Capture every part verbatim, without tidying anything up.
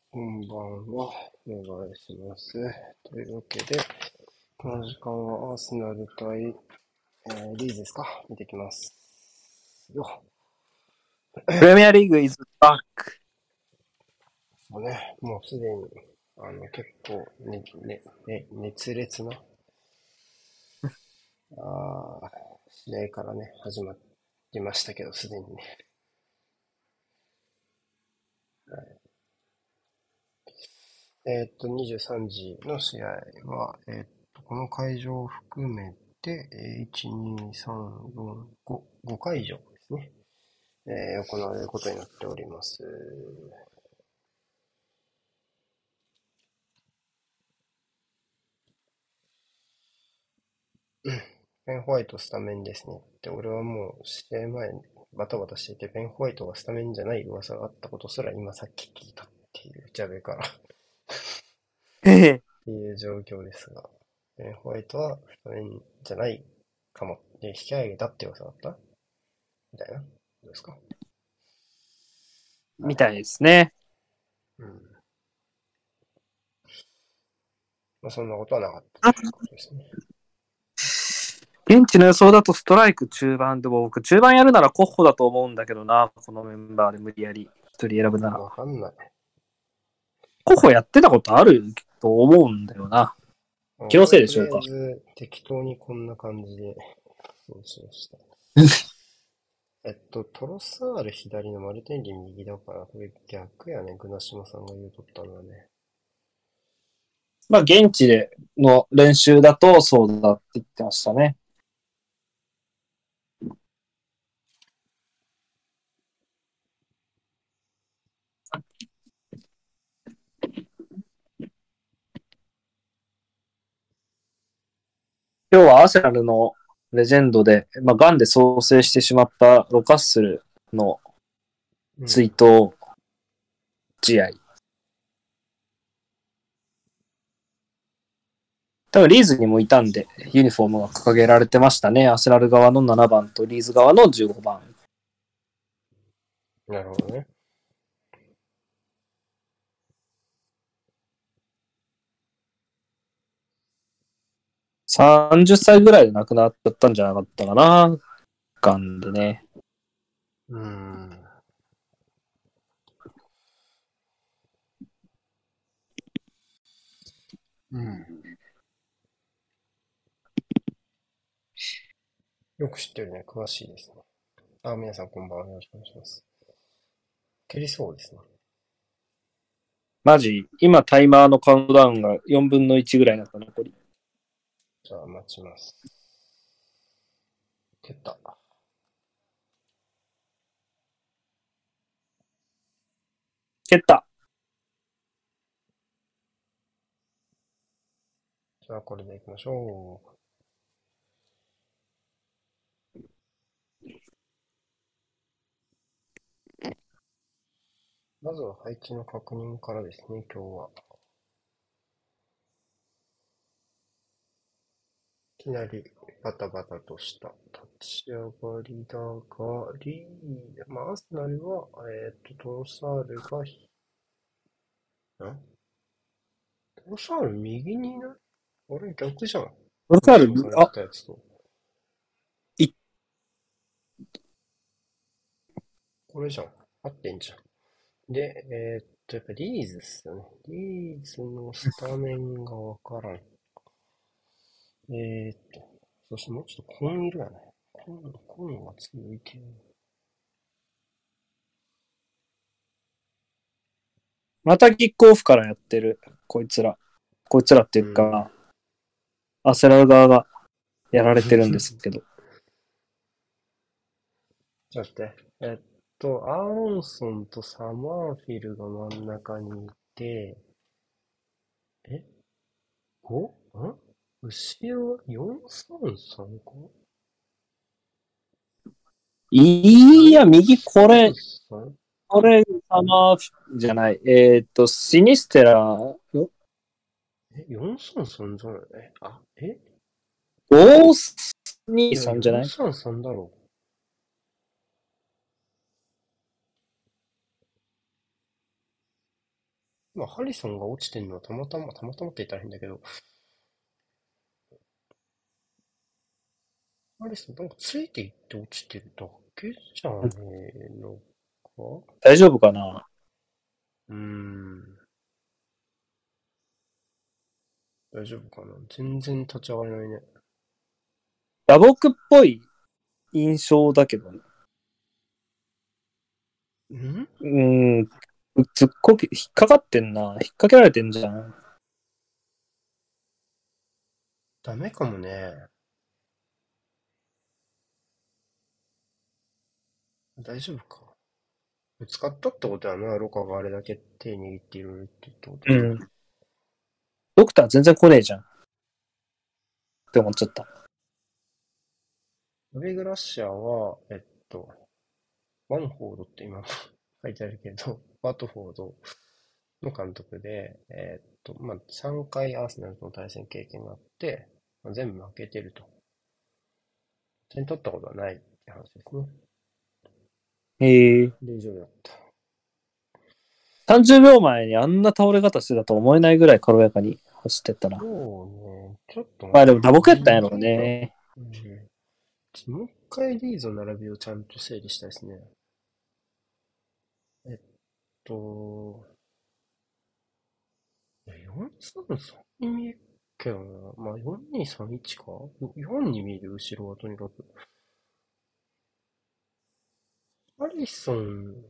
こんばんは。お願いします。というわけで、この時間はアーセナル対、えー、リーズですか見てきます。よ。 プレミアリーグ is back. そうね、もうすでに、あの、結構ね、ね、ね、熱烈な、あー試合からね、始まりましたけど、すでにね。えーっと、にじゅうさんじの試合は、えーっと、この会場を含めて、えー、いち、に、さん、よん、ご、ご会場ですね。えー行われることになっております。ベン・ホワイトスタメンですねって、俺はもう試合前にバタバタしていて、ベン・ホワイトがスタメンじゃない噂があったことすら今さっき聞いたっていう、ジャベからっへへ。 ていう状況ですが、ベン・ホワイトはスタメンじゃないかも。で、引き上げたって噂だったみたいな。どうですか？はい。 みたいですね。 うん。まあ、そんなことはなかったということですね。 現地の予想だとストライク中盤でも僕、中盤やるならコッホだと思うんだけどな、このメンバーで無理やり一人選ぶなら。 わかんない。 コッホやってたことあると思うんだよな。気の俺はとりあえせいでしょうか。 ず適当にこんな感じでそうしました。えっと、トロサール左のマルテンリ右だから、これ逆やね。グナシマさんが言うとったのはね。 まあ、現地での練習だとそうだって言ってましたね。今日はアーセナルのレジェンドで、まあ、ガンで創生してしまったロカッスルのうん。 追悼試合。多分リーズにもいたんで、ユニフォームが掲げられてましたね。アセラル側のななばんとリーズ側のじゅうごばん。 なるほどね。 さんじゅっさいぐらいで亡くなっちゃったんじゃなかったかな。ガンでね。 うーん。うん。よく知ってるね。詳しいですね。あ、皆さんこんばんは。よろしくお願いします。蹴りそうですね。 マジ、今タイマーのカウントダウンがよんぶんのいちぐらいになった残り。 じゃあ待ちます。蹴った。 蹴った。 じゃあこれで行きましょう。まずは配置の確認からですね、今日は。いきなりバタバタとした立ち上がりだが、リー、まあ、アーセナルは、えっと、トロサールが、んトロサール右にいない？あれ逆じゃん。グナロサール、 シマさん言ってあ、 たやつと。 い、 これじゃん。合ってんじゃん。で、えーっと、やっぱリーズっすよね。リーズのスタメンがわからん。えーっと、そしてもうちょっとコンいるやね。コン、コンが続いてる。 またキックオフからやってる。こいつら。こいつらっていううん。 か、アセラル側がやられてるんですけど。 ちょっと待って。えっと、アーロンソンとサマーフィルが真ん中にいて、え ?ご? ん後ろは よんさんさん か？ いや、右、これ、 よんさんさん? これ、サマーじゃない。えーっと、シニステラ、 え、よんさんさんじゃないえ、あ、えいや、 ごーにーさんじゃない？ よんさんさんだろまあ、ハリソンが落ちてるのはたまたま、たまたまって言ったら変だけど、ハリソンなんかついていって落ちてるだけじゃねえのか。 大丈夫かな。 うーん、大丈夫かな。全然立ち上がれないね。 打撲っぽい印象だけどね。 んうーん。ずっこき、引っかかってんな。引っ掛けられてんじゃん。 ダメかもね。大丈夫か。ぶつかったってことはな、ロカがあれだけ手握っているってことだよね。 うん。ドクター全然来ねえじゃんって思っちゃった。 ロビグラッシャーは、えっと、ワンフォードって今書いてあるけど、ワトフォードの監督で、えっと、まあ、さんかいアーセナルとの対戦経験があって、まあ、全部負けてると。点取ったことはないって話ですね。 へえ。 大丈夫だった。 さんじゅうびょうまえにあんな倒れ方してたと思えないぐらい軽やかに走ってったな。 そうね、ちょっと待って、 まあでも打撲やったんやろう右が、 ね。 うん、もう一回リーゾの並びをちゃんと整理したいですね。えっと、いや、よんさんさんに見えるけどな。まあ、よんにさんいちか？ よん に見える、後ろはとにかく。ハリソン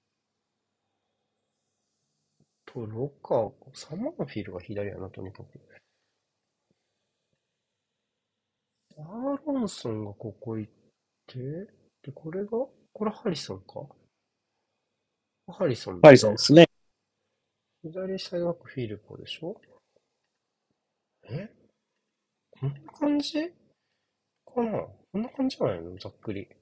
とロカー、サマーフィルが左やな、とにかく。アーロンソンがここ行って、で、これが、これハリソンか。ハリソンだパリソンね。 ですね。 左サイドバックフィールポーでしょ。えこんな感じかな。こんな感じじゃないの、ざっくり。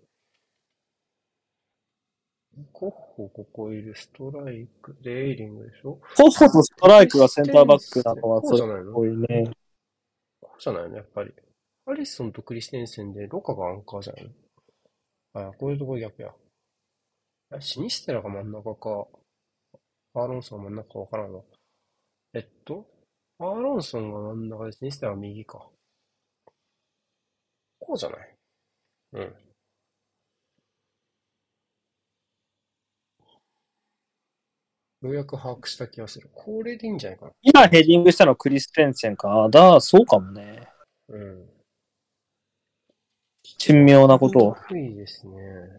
コッホ、ここいる、ストライク、で、エイリングでしょ。 コッホとストで、クライリステクがセンターバックなンセン、こうのはそれっじゃないの。 ぽいね。 こうじゃないの、やっぱり。ハリソンとクリステンセンで、ロカがアンカーじゃないの。あ、こういうとこ逆や。あ、シニステラが真ん中か、アーロンソンが真ん中かわからんわ。えっと、アーロンソンが真ん中で、シニステラが右か。こうじゃない。うん。ようやく把握した気がする。これでいいんじゃないかなって今ヘデ感じ。 ィングしたのクリステンセンか。だ、そうかもね。 うん。 珍わか妙なことを。 りにくいですね。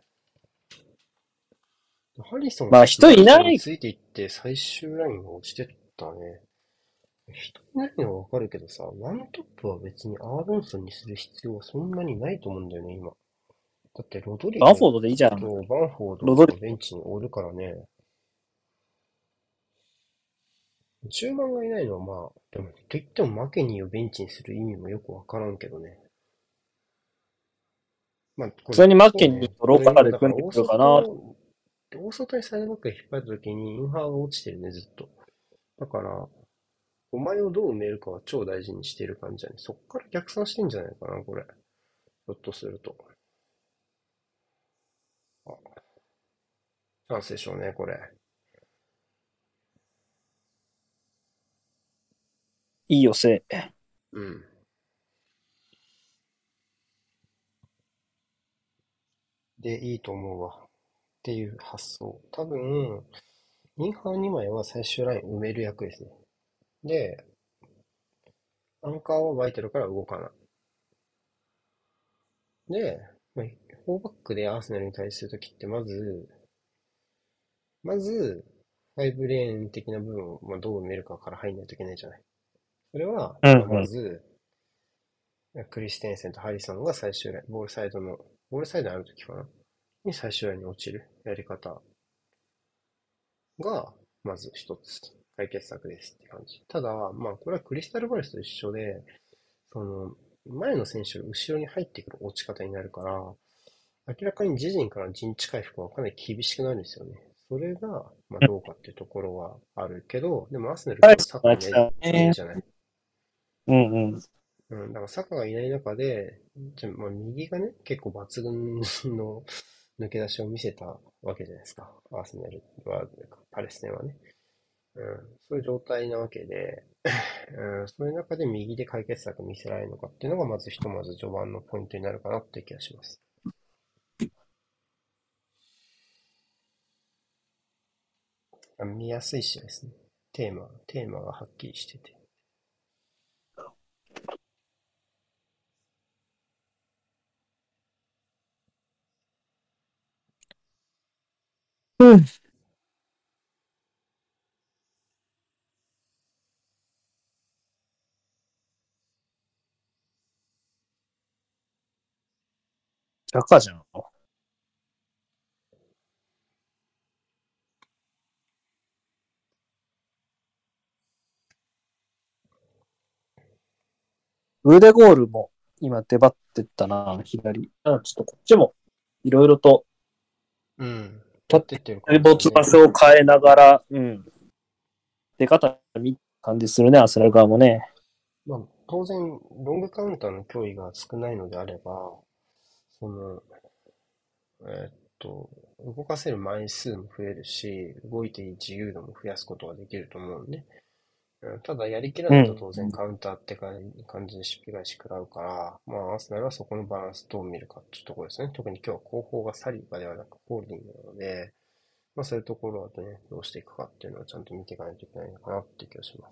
ハリソンがまあさっきワトフォード人いない。 ついていって最終ラインが落ちてったね。人いないのはわかるけどさ、ワントップは別にアーロンソンにする必要はそんなにないと思うんだよね、今。だってロドリゴバンフォードでいいじゃん。 とバンフォードロドリ。 がベンチにおるからね。中盤がいないのはまあ、でも、と言ってもマケニーをベンチにする意味もよくわからんけどね。まあ、これ、 普通にマッケニーそうね。 とロカこれ今、 で組んでくだから大るかな。 外、大外にサイドバックが引っ張った時にインハーが落ちてるね、ずっと。だから、お前をどう埋めるかは超大事にしている感じだね。そっから逆算してんじゃないかな、これ。ひょっとすると。あ、チャンスでしょうね、これ。 いいよせ。 うん。で、いいと思うわ。っていう発想。多分、インハーにまいは最終ライン埋める役ですね。で、アンカーはバイタルから動かない。で、まあ、フォーバックでアーセナルに対するときって、まず、まず、ファイブレーン的な部分をまあどう埋めるかから入んないといけないじゃない。それは、まあ、 うんうん。 まず、クリステンセンとハリソンが最終ライン、ボールサイドの、ボールサイドにあるときかなに最終ラインに落ちるやり方が、まず一つ解決策ですって感じ。ただ、まあ、これはクリスタルバレスと一緒で、その、前の選手が後ろに入ってくる落ち方になるから、明らかに自陣から陣地回復はかなり厳しくなるんですよね。それが、まあどうかっていうところはあるけど、でもアーセナル今日パレスサカいない、 が来たね。 いないじゃない。 うんうん。 うん、だからサカがいない中で、じゃまあ右がね、結構抜群の抜け出しを見せたわけじゃないですか。アーセナルは、パレス戦はね。 うん、そういう状態なわけで、うん、そういう中で右で解決策見せられるのかっていうのが、まずひとまず序盤のポイントになるかなっていう気がします。見やすいしですね。テーマ、テーマがはっきりしてて。 うん。赤じゃん。腕ゴールも今出張ってったな、左。あ、ちょっとこっちもいろいろとうん。やっ立てってるって没感じだね。 場所を変えながら、うん。出方見感じするね、アスラル側もね。 まあ、当然、ロングカウンターの脅威が少ないのであれば、その、えーっと、動かせる枚数も増えるし、動いていい自由度も増やすことができると思うんね。うん、ただ、やりきらないとうん。 当然カウンターってか感じで失敗返し食らうから、まあ、アーセナルはそこのバランスどう見るかっていうところですね。特に今日は後方がサリバではなくホールディングなので、まあそういうところはね、どうしていくかっていうのはちゃんと見ていかないといけないのかなっていう気がします。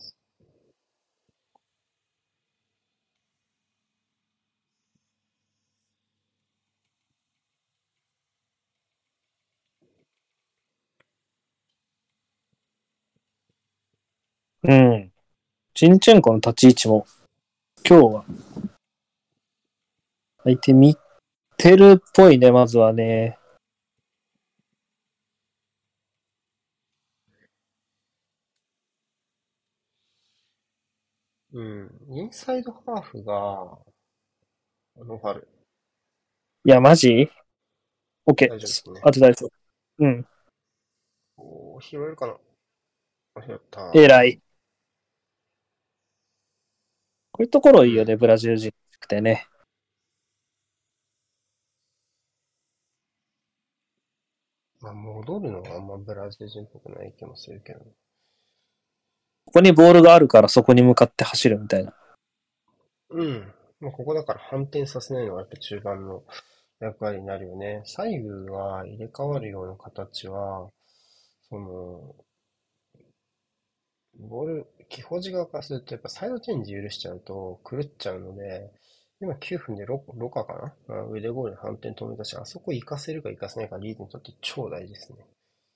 うん。チンチェンコの立ち位置も今日は相手見てるっぽいね、まずはね。 うん。インサイドハーフが、あの春、 いや、マジ ?OK。 大丈夫ですね。 あと大丈夫。うん。 おー、拾えるかな。あ、拾った。 偉い。こういうところうん。 いいよね、ブラジル人ってね。 まあ、戻るのはあんまブラジル人っぽくない気もするけど。 ここにボールがあるからそこに向かって走るみたいな。 うん。まあ、ここだから反転させないのがやっぱ中盤の役割になるよね。左右が入れ替わるような形は、その、ボール、基本時側からすると、やっぱサイドチェンジ許しちゃうと狂っちゃうので、今きゅうふんでロ、ロカかな、あ、腕ゴールで反転止めたし、あそこ活かせるか活かせないかリーズにとって超大事ですね。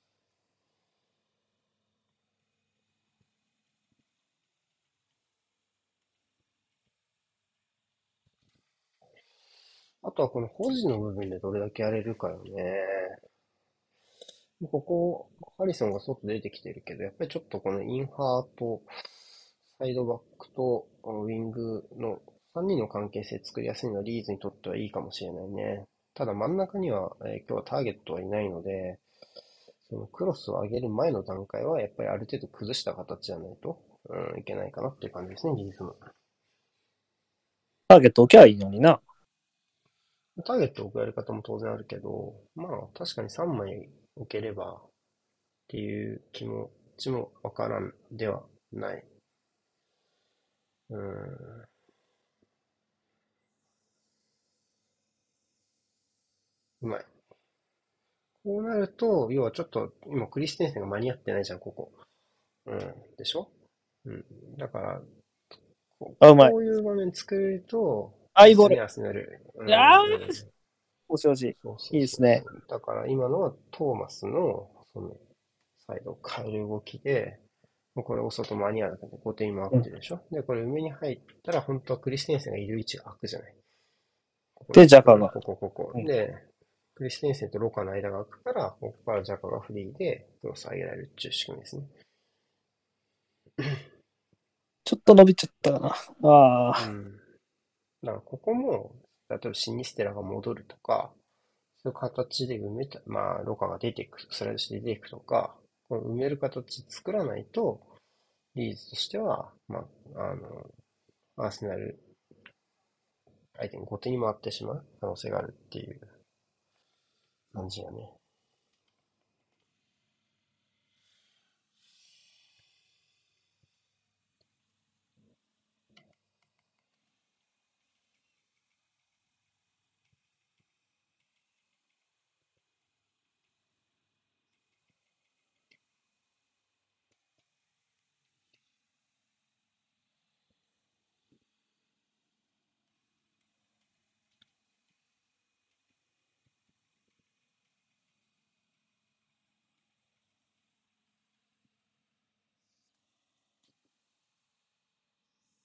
あとはこの保持の部分でどれだけやれるかよね。ここ、ハリソンが外出てきてるけど、やっぱりちょっとこのインハーと、サイドバックとウィングのさんにんの関係性作りやすいのはリーズにとってはいいかもしれないね。ただ真ん中には、えー今日はターゲットはいないので、そのクロスを上げる前の段階はやっぱりある程度崩した形じゃないと、うん、いけないかなっていう感じですね、リーズも。 ターゲット置きゃいいのにな。 ターゲットを置くやり方も当然あるけど、まあ確かにさんまい置ければっていう気持ちもわからんではない。うん、うまい。こうなると、要はちょっと、今クリステンセンが間に合ってないじゃん、ここ。うん。でしょ？うん。だから、こあ、うまい。 こういう場面作れると、いアイボール。 いっすよね、アスナル。ういやん、 ー、 うん。 惜しい惜しそうそい。いういですね。 そうそう。だから今のはトーマスの、その、サイドを変える動きで、もうこれお外間に合うから後手に回っうん。 てるでしょ？で、これ上に入ったら、本当はクリステンセンがいる位置が空くじゃない。ここで、 に。うん、 ジャカが。 ここ、ここ。 うん。 で、クリステンセンとロカの間が空くから、ここからジャカがフリーで、クロス上げられるっていう仕組みですね。 ちょっと伸びちゃったかな。ああ。 うん。だからここも、例えばシニステラが戻るとか、そういう形で埋めた、まあ、ロカが出ていく、スライドして出ていくとか、この埋める形作らないと、リーズとしては、まあ、あの、アーセナル相手に後手に回ってしまう可能性があるっていう感じやね。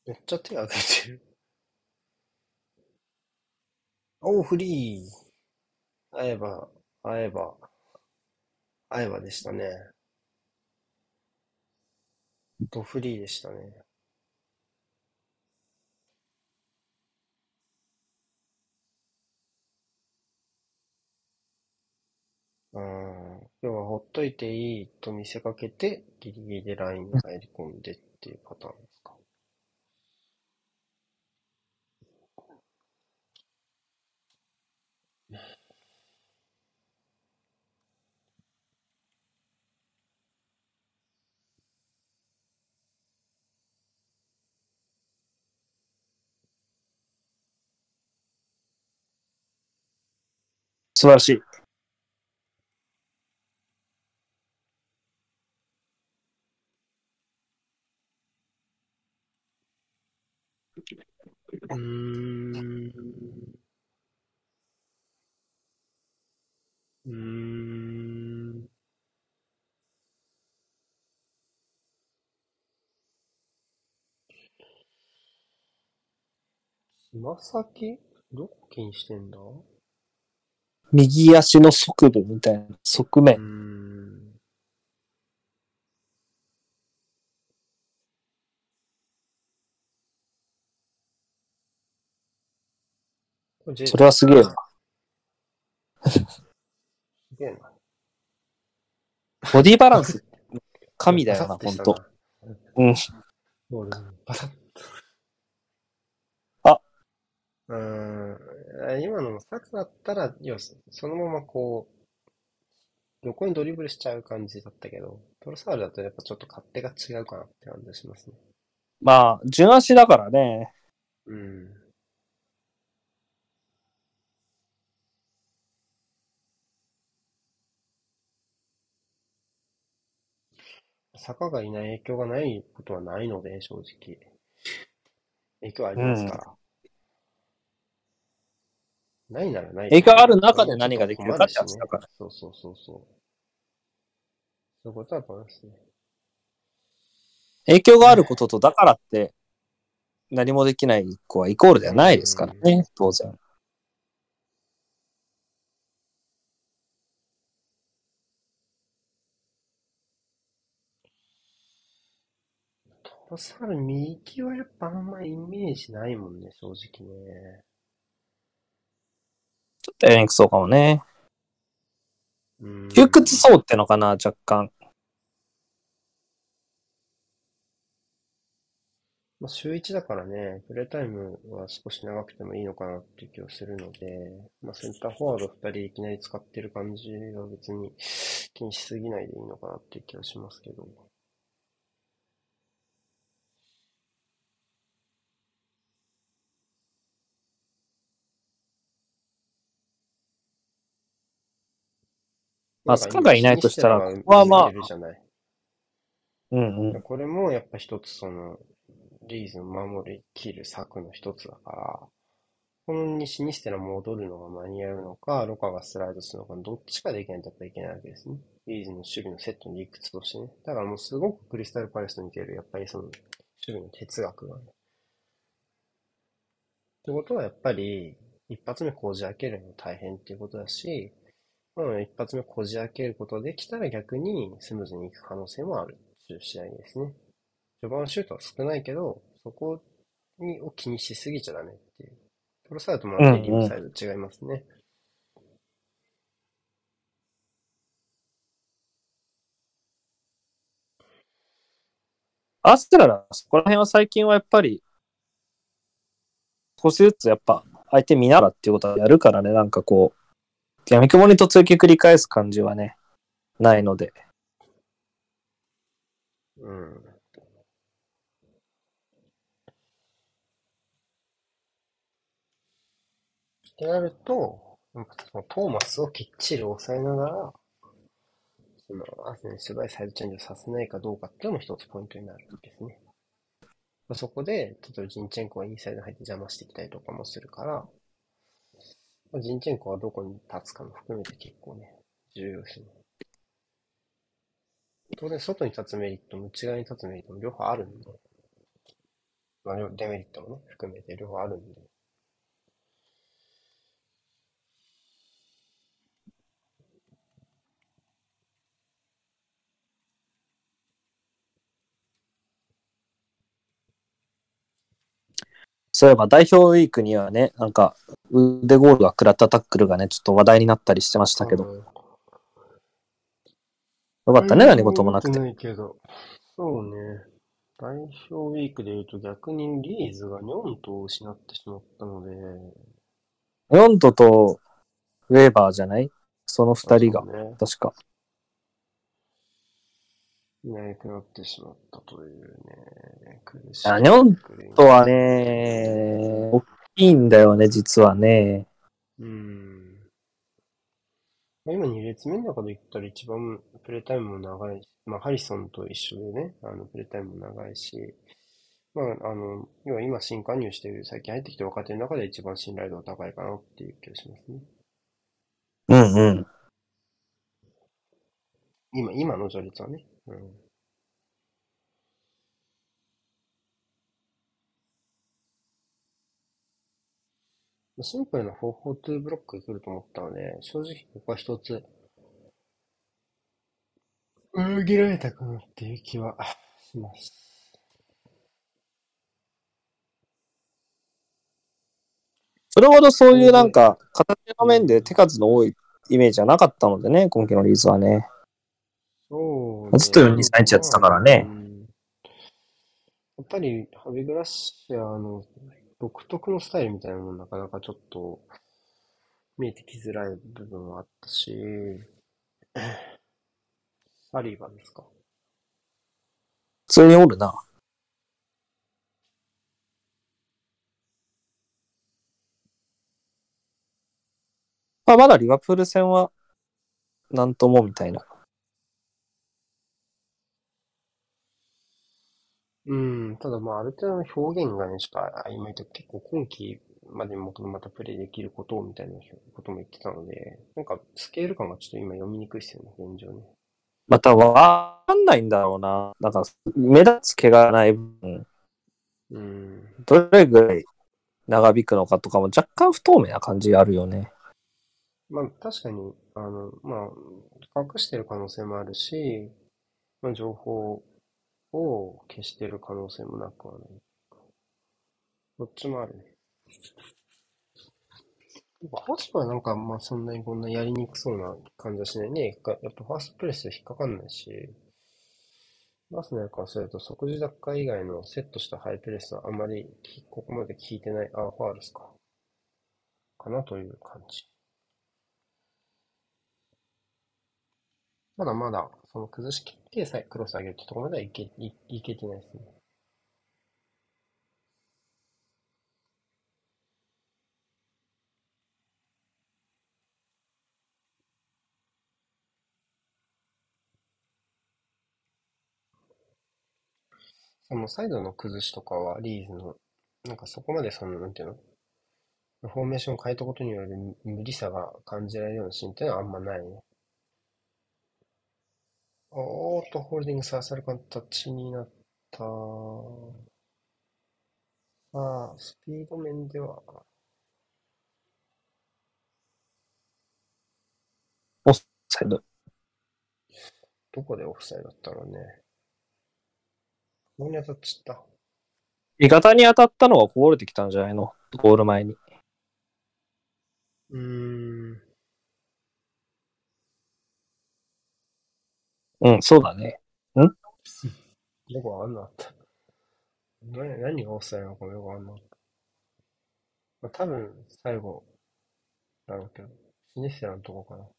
めっちゃ手挙げてる。おー、フリー。会えば、会えば、会えばでしたね。とフリーでしたね。うん。要はほっといていいと見せかけて、ギリギリでラインに入り込んでっていうパターンですか。 素晴らしい。 うーん。うーん。つま先どこ気にしてんだ？う右足の側部みたいな側ー面。 ん。これ J それはだ。 すげえな。 すげえな。 ボディバランス、神だよな、 パサッてほんと。 したな。 うん。 ボールにパサッ。 あ、 うーん。今のもサクだったら、要はそのままこう、横にドリブルしちゃう感じだったけど、トロサールだとやっぱちょっと勝手が違うかなって感じがしますね。 まあ、順足だからね。 うん。坂がいない影響がないことはないので、正直。影響ありうん。 ますから。ないならないでね。 影響ある俺中でもちょっと何ができるかっ困るしね。 てやつだから。 そうそうそうそう。そういうことだと思いますね。 影響があることと、だからって何もできない子はイコールではうないですからん。 ね、当然。 トロサール右はやっぱあんまイメージないもんね、正直ね。 ちょっとやりにくそうかもね。 う窮屈ん。 そうってのかな、若干。 まあ、週いちだからね、プレータイムは少し長くてもいいのかなっていう気がするので、まあ、センターフォワードふたりいきなり使ってる感じは別に気にしすぎないでいいのかなっていう気はしますけど。 まあ、 なんか今、 スカがいシニないとしたら、 ステラがここは右にいまあ、 るじゃない。 うんうん。 これもやっぱ一つその、リーズン守りきる策の一つだから、このにシニステラ戻るのが間に合うのか、ロカがスライドするのか、どっちかできないとやっぱいけないわけですね。リーズの守備のセットの理屈としてね。だからもうすごくクリスタルパレスと似てる、やっぱりその、守備の哲学がね。ってことはやっぱり、一発目こじ開けるの大変っていうことだし、うん、一発目こじ開けることができたら逆にスムーズにいく可能性もあるっていう試合ですね。序盤シュートは少ないけど、そこにを気にしすぎちゃダメっていう。プロサイドとまうたリムんうん。 サイド違いますね。 アステララ、そこら辺は最近はやっぱり、少しずつやっぱ、相手見ながらっていうことはやるからね、なんかこう、やみくもに突撃繰り返す感じはね、ないので。 うん。ってなると、なんかそのトーマスをきっちり抑えながら、そのアーセナルに素早いサイドチェンジをさせないかどうかっていうのも一つポイントになるんですね。まあ、そこで、例えばジンチェンコがインサイドに入って邪魔してきたりとかもするから、まあ、ジンチェンコはどこに立つかも含めて結構ね、重要ですね。当然、外に立つメリットも内側に立つメリットも両方あるんで、 まあ、デメリットもね、含めて両方あるんで。 そういえば代表ウィークにはね、なんか腕ゴールが食らったタックルがね、ちょっと話題になったりしてましたけど、 うん。 よかったね、 内何容は見て事もなくて。 ないけど、そうね。代表ウィークで言うと逆にリーズがよんと失ってしまったので、 ヨントとウェーバーじゃない？そのあ、 二人が、 そうね。 確か。 いなくなってしまったというね、苦しあ、 きニョンタックルに。 トはね、大きいんだよね、実はね。 うん。まあ、今に列目の中で言ったら一番プレータイムも長いし、まあハリソンと一緒でね、あのプレータイムも長いし、まああの、要は今新加入している、最近入ってきた若手の中で一番信頼度が高いかなっていう気がしますね。 うんうん。 今、今の序列はね。うん。シンプルなフォーフォーツーブロックが来ると思ったので、正直ここは一つ、裏切られたかなっていう気はします。 それほどそういうなんこれで、 か、形の面でうん、 手数の多いイメージはなかったのでね、今季のリーズはね。 そうね、 ずっとよんにさんいちやってたなんかまあ、 からね。 うん、やっぱりハビグラッシアの独特のスタイルみたいなのもなかなかちょっと見えてきづらい部分はあったし、サリバンですか。 普通におるな。まあ、まだリバプール戦はなんともみたいな。 うん、ただまあある程度の表現がね、ちょっと曖昧と結構今季までもまたプレイできることをみたいなことも言ってたので、なんかスケール感がちょっと今読みにくいですよね、現状ね。 またわかんないんだろうな。なんか、目立つ怪我がない分、 うん。 どれぐらい長引くのかとかも若干不透明な感じあるよね。 まあ確かに、あの、まあ、隠してる可能性もあるし、まあ情報を消してる可能性もなくはない。どっちもあるね。ホジはなんか、まあそんなにこんなやりにくそうな感じはしないね。やっぱファーストプレス引っかかんないし、バスの役からすると即時奪回以外のセットしたハイプレスはあまりここまで効いてない、あ、ファールスか。かなという感じ。まだまだ、その崩しきってさえクロス上げるってところまではいけ、い、いけてないですね。そのサイドの崩しとかはリーズの、なんかそこまでその、なんていうの、フォーメーションを変えたことによる無理さが感じられるようなシーンっていうのはあんまないね。おーっと、ホールディングささる形になった。さあ、スピード面では、 オフサイド。 どこでオフサイドだったろうね。ここに当たっちゃった。 味方に当たったのがこぼれてきたんじゃないの？ゴール前に。 うーん。 うん、そうだね。んよくわかんなかった。何、何がオフサイドなのかもよくわかんなかった。まあ、多分、最後、だろうけど、シネッセラのとこかな。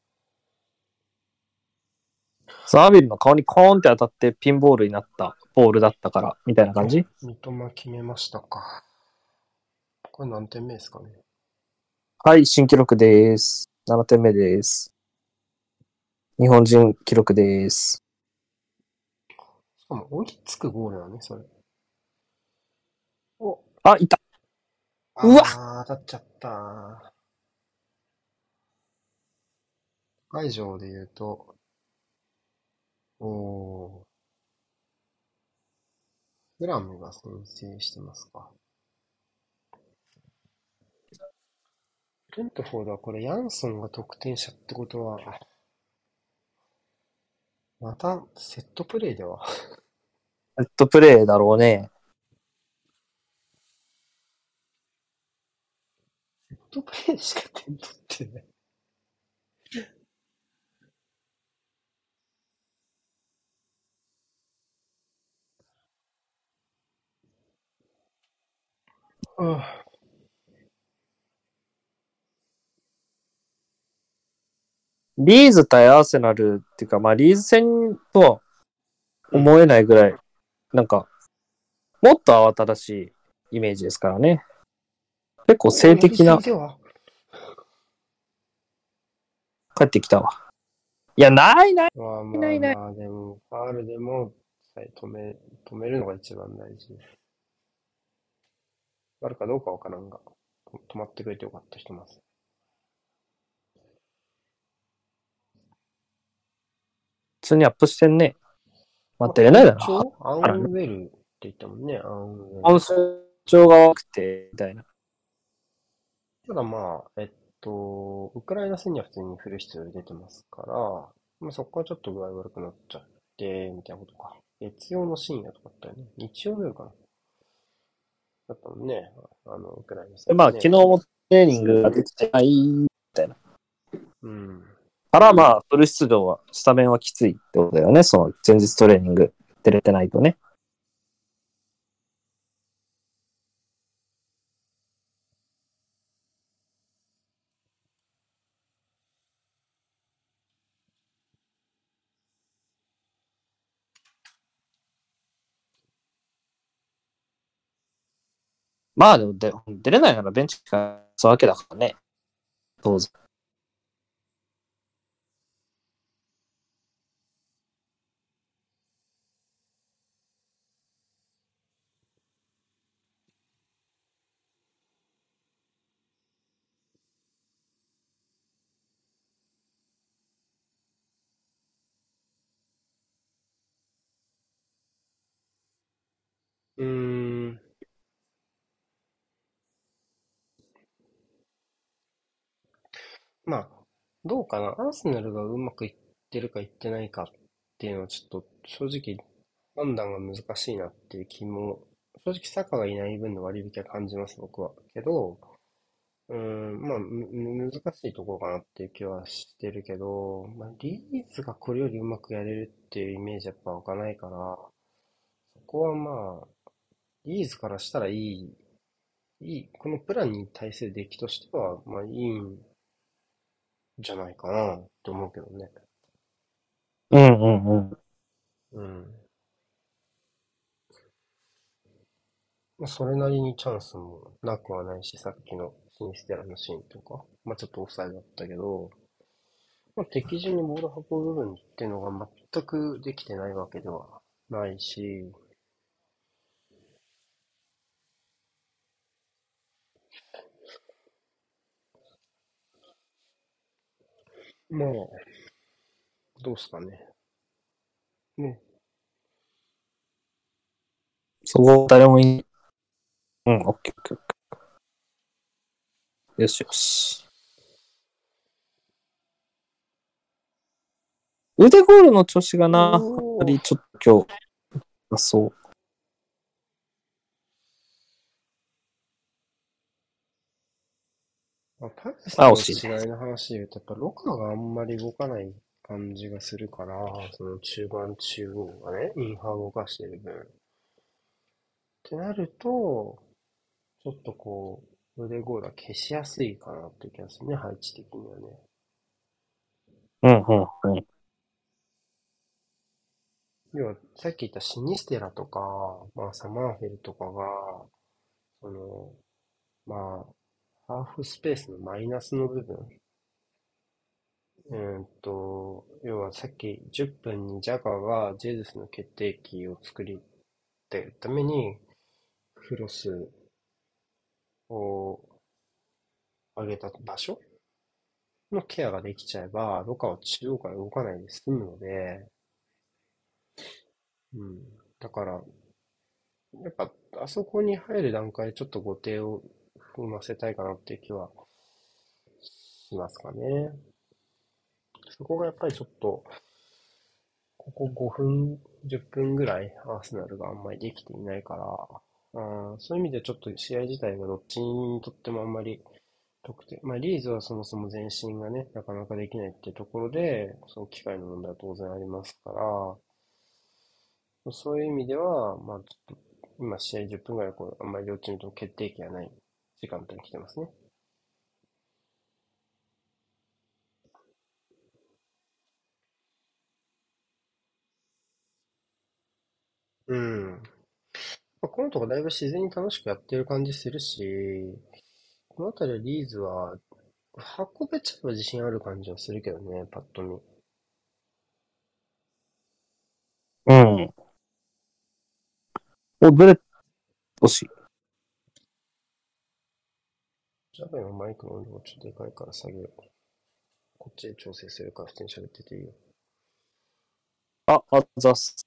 サービルの顔にコーンって当たってピンボールになったボールだったから、みたいな感あ、 じ？ 三笘決めましたか。これ何点目ですかね。 はい、新記録です。ななてんめです。日本人記録です。 しかも追いつくゴールだね、それ。お、 あ、いた。うわあー、当たっちゃった。会場で言うと、おー、 グラムが先制してますか。ブレントフォードはこれヤンソンが得点者ってことは、またセットプレーでは。 セットプレーだろうね。 セットプレーしか点取ってない。はあ、 リーズ対アーセナルっていうか、まあリーズ戦とはうん。 思えないぐらい、なんか、もっと慌ただしいイメージですからね。結構おー、やり静的な、 すぎでは。 帰ってきたわ。いや、ないないまあまないない。 あまあ、でも、ファールでも、さえ止め、止めるのが一番大事です。あるかどうかわからんが、と止まってくれてよかった人ます。 普通にアップしてんね。待まあ、 ってれない体だろ。 調アンあらね。 ウェルって言ったもんね、アンウェル。 音声上が多くて、みたいな。 ただまあ、えっと、ウクライナ戦には普通にフル出場で出てますから、まあそこからちょっと具合悪くなっちゃって、みたいなことか。月曜の深夜とかだったよね。日曜の夜かな。だったもんね。あの、ウクライナ戦で、まあ、昨ね。 日もトレーニングができてない、みたいな。 うん。 からまあ、フル出場は、スタメンはきついってことだよね。その前日トレーニング出れてないとね。まあでもで、出れないならベンチからそうわけだからね。当然。 うーん。まあ、どうかな。アーセナルがうまくいってるかいってないかっていうのはちょっと正直判断が難しいなっていう気も、正直サカがいない分の割引は感じます、僕は。けど、うーん、まあ、むむ難しいところかなっていう気はしてるけど、まあ、リーズがこれよりうまくやれるっていうイメージやっぱ湧かないから、そこはまあ、リーズからしたらいい、いい、このプランに対する出来としては、まあいいんじゃないかなって思うけどね。 うんうんうん。 うん。まあ、それなりにチャンスもなくはないし、さっきのシンステラのシーンとか、まあちょっとオフサイドだったけど、まあ、敵陣にボールを運ぶ部分っていうのが全くできてないわけではないし、まあ、どうすかね。ね。 そこ誰もいない。うん、オッケーオッケーオッケー。よしよし。腕ゴールの調子がな、あんまおー。 りちょっと今日、そう。 まあ、パレスあ、 との惜しいね。 違いの話で言うと、やっぱロカがあんまり動かない感じがするから、その中盤中央がね、インハーを動かしてる分。ってなると、ちょっとこう、腕ゴールは消しやすいかなっていう気がするね、配置的にはね。 うんうんうん。 要は、さっき言ったシニステラとか、まあ、サマーフェルとかが、その、まあ、ハーフスペースのマイナスの部分、えーっと、要はさっきじゅっぷんにジャガーがジェズスの決定機を作りたいために、クロスを上げた場所のケアができちゃえば、ロカは中央から動かないで済むので、うん。だから、 やっぱ、あそこに入る段階でちょっと後手を踏ませたいかなっていう気はしますかね。そこがやっぱりちょっと、ここごふん、じゅっぷんぐらいアーセナルがあんまりできていないから、うん、そういう意味でちょっと試合自体がどっちにとってもあんまり得点、まあリーズはそもそも前進がね、なかなかできないっていうところで、その機会の問題は当然ありますから、そういう意味では、まあちょっと今試合じゅっぷんぐらいこう、あんまり両チームとも決定機がない時間帯に来てますね。うん。まあ、このとこだいぶ自然に楽しくやってる感じするし、このあたりはリーズは運べちゃえば自信ある感じはするけどね、パッと見。 うん。お、ブレットし。 じゃあ今マイクの音量ちょっとでかいから下げよう。こっちで調整するから普通に喋ってていいよ。 あ、あざっす。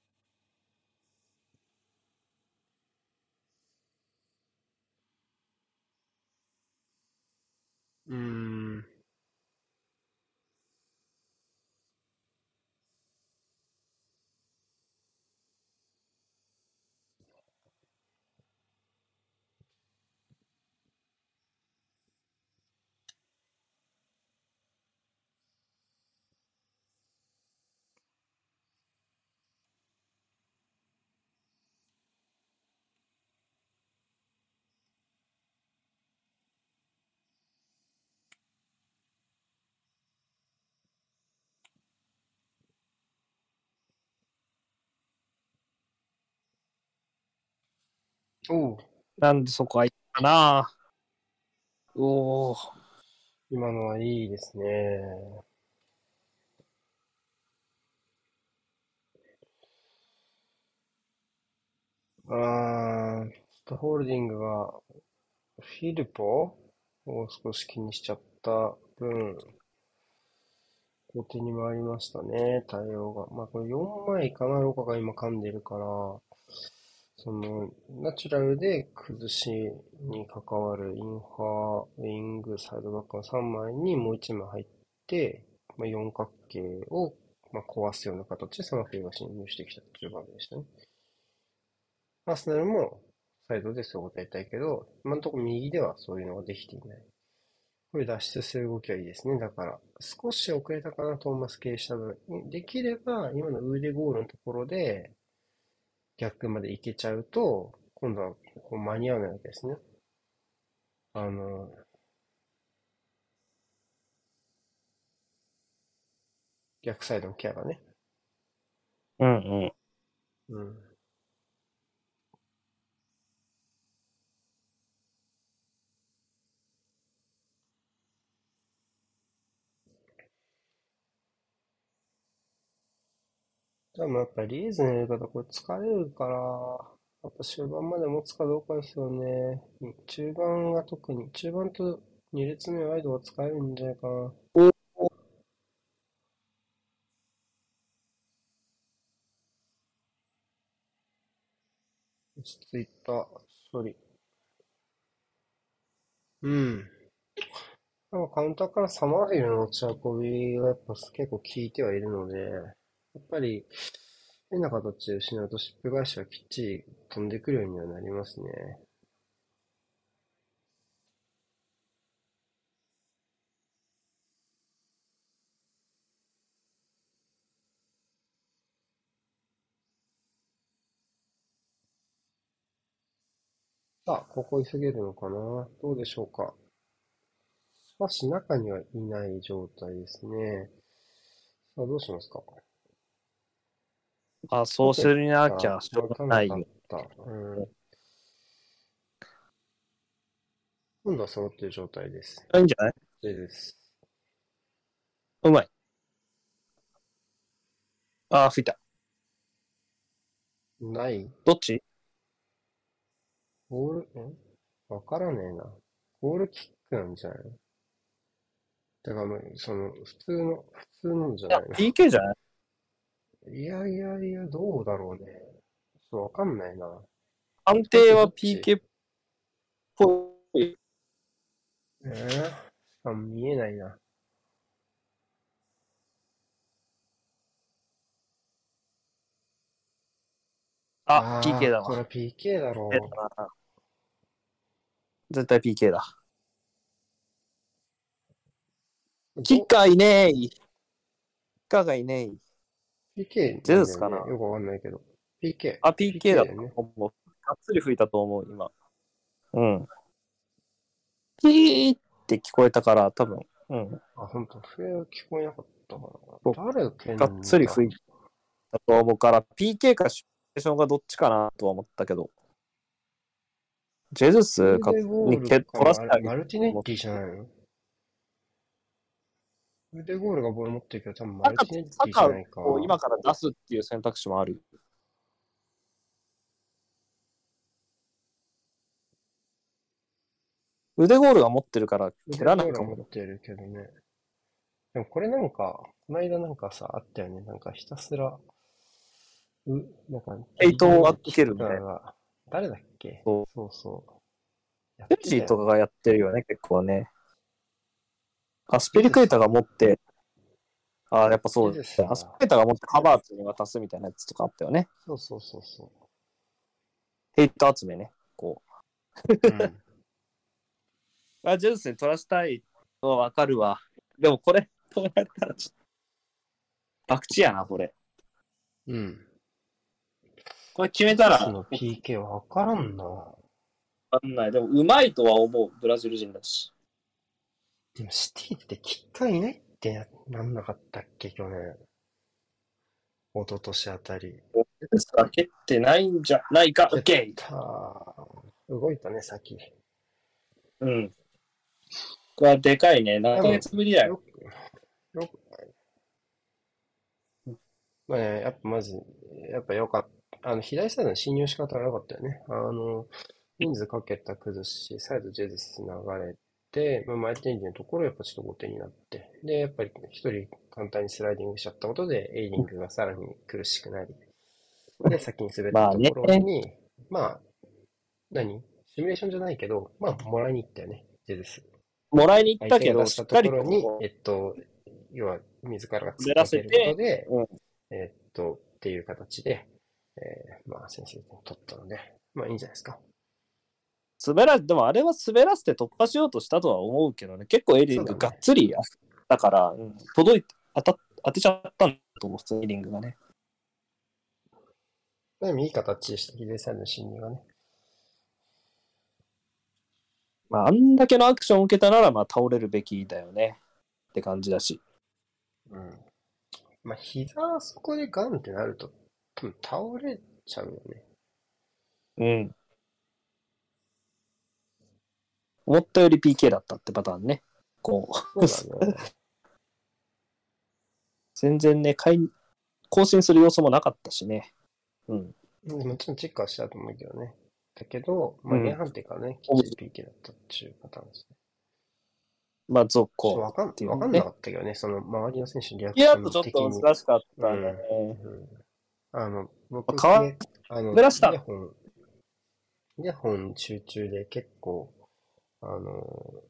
うーん。おう、 なんでそこ空いたかな。おー。 今のはいいですね。あー、スタホールディングがフィルポを少し気にしちゃった分、後手に回りましたね、対応が。まあこれよんまいかな、ロカが今噛んでるから、その、ナチュラルで崩しに関わるインハー、ウィング、サイドバックのさんまいにもういちまい入って、まあ、四角形を、まあ、壊すような形でサマフィーが侵入してきたという場面でしたね。アーセナルもサイドでそういうことやりたいけど、今のところ右ではそういうのができていない。これ脱出する動きはいいですね。だから、少し遅れたかな、トーマス系した分。できれば、今の腕ゴールのところで、逆まで行けちゃうと、今度はこう間に合わないわけですね。あの、逆サイドのケアがね。 うんうん。 うん。でもやっぱりリーズのやり方、これ疲れるから、やっぱ終盤まで持つかどうかですよね。中盤が特に、中盤とに列目ワイドは使えるんじゃないかな。 お、 落ち着いた処理。うん。なんかカウンターからサマーフィルの持ち運びがやっぱ結構効いてはいるので、やっぱり変な形で失うとシップ返しはきっちり飛んでくるようにはなりますね。さあ、ここ急げるのかな、どうでしょうか。しかし中にはいない状態ですね。さあ、どうしますか。 あ、そうす外行ったらるなきゃしょう待たなかっがないよ。 た。うん。今度は揃っている状態です。 いいんじゃない？ でです。 うまい。あ、吹いた。 ない。 どっち？ ゴール、んわからねえな。ゴールキックなんじゃないの。だからもう、その、普通の、普通なんじゃいや、 ないの。 ピーケー じゃない？ いやいやいや、どうだろうね。そう、わかんないな。 判定はどっちピーケー っぽい。 えー、あ、見えないな。 あ、ピーケーああ、 だわ。 これ ピーケー だろ絶対 ピーケー だ。 う。ど、 キッカーいねえ。キッカーがいねえ。 ピーケーゼなんだよね。 ウスかな。 よくわかんないけど。ピーケー。 あ、ピーケー だピーケー だとよね。 思う。がっつり吹いたと思う、今。うん。キーって聞こえたから、多分。うん。 あ、ほんと、笛は聞こえなかったかこな。誰が蹴がっんだ。 つり吹いたと思うから、ピーケー かシチュエーションがどっちかなとは思ったけど、ジェズスか腕ゴーに蹴取ルかマル、 らせてあげるマルティネッと思っティじゃないの？腕ゴールがボール持ってるけど、多分マなんか、 ルティネッサカティじゃないか。 を今から出すっていう選択肢もあるよ。腕ゴールが持ってるから蹴らな腕ゴールはいかもよ。 持ってるけどね。でもこれなんか、この間なんかさ、あったよね。なんかひたすら、う、なんか、 ヘイトを右キッ受けるみたいな。 カーが、誰だっけ？ そう。 そうそう。やっフェジーてたよね。 とかがやってるよね、結構ね。アスピジェズス、 リクエタが持って、ああ、やっぱそジェうだよ。アスピズスは、 リクエタが持ってハバーツに渡すみたいなやつとかあったよね。 そうそうそうそヘイト集めね。こう。うん。 う。あ、ジェズスに取らせたいのはわかるわ。でもこれ、止められたらちょっと、博打やな、これ。 うん。 これ決ジェめたら、 ズスの ピーケー わからんな。 わかんない。でも、うまいとは思う。ブラジル人だし。 でもシティってきっかいないってななんなかったっけ、去年。一昨年あたり。 ですか蹴ってないんじゃないか。オ蹴っッケた。動いたね、先。 ー。うん。これはでかいね。何ヶ多分、 月ぶりだよ。 よく、よく、まあね、やっぱまず、やっぱよかった。あの、左サイドの侵入仕方が良かったよね。あの、人数かけた崩し、サイドジェズス流れて、まあ、前転時のところやっぱちょっと後手になって、で、やっぱり一人簡単にスライディングしちゃったことで、エイリングがさらに苦しくなり、で、先に滑ったまあね。 ところに、まあ、何シミュレーションじゃないけど、まあ、もらいに行ったよね、ジェズス。 もらいに行ったけど、 相手が出したとしっかりころに、えとっと、要は、自らが突っ滑らかけることせて、 で、 うん、 えっと、っていう形で、えー、まあ、先制点を取ったので、まあ、いいんじゃないですか。 滑ら、でもあれは滑らせて突破しようとしたとは思うけどね、結構エリングがっそうだね。 つりやったから、うん、届いて、当た、当てちゃったんだと思う、普通にエリングがね。 でもいい形でした、ヒデさんの侵入がね。 まあ、あんだけのアクションを受けたなら、まあ、倒れるべきだよね。って感じだし。 うん。まあ、膝あそこでガンってなると、多分倒れちゃうよね。 うん。思ったより ピーケー だったってパターンね。こう、 そうだね。 全然ね、更新する要素もなかったしね。うん。 もちろんチェックはしたと思うけどね。だけど、まあ、現うん。 判定からね、きっちり ピーケー だったっていうパターンですね。 まあ、続行ちょっとわかん、 っていうわかんなかね。 ったけどね、その周りの選手のリアクいや、 ションとちょっと的に。 難しかったね。 うん。うん、あの、 まあ、かわ僕ね、あの、 滑らした。 イヤホン、イヤホン集中で結構、あの、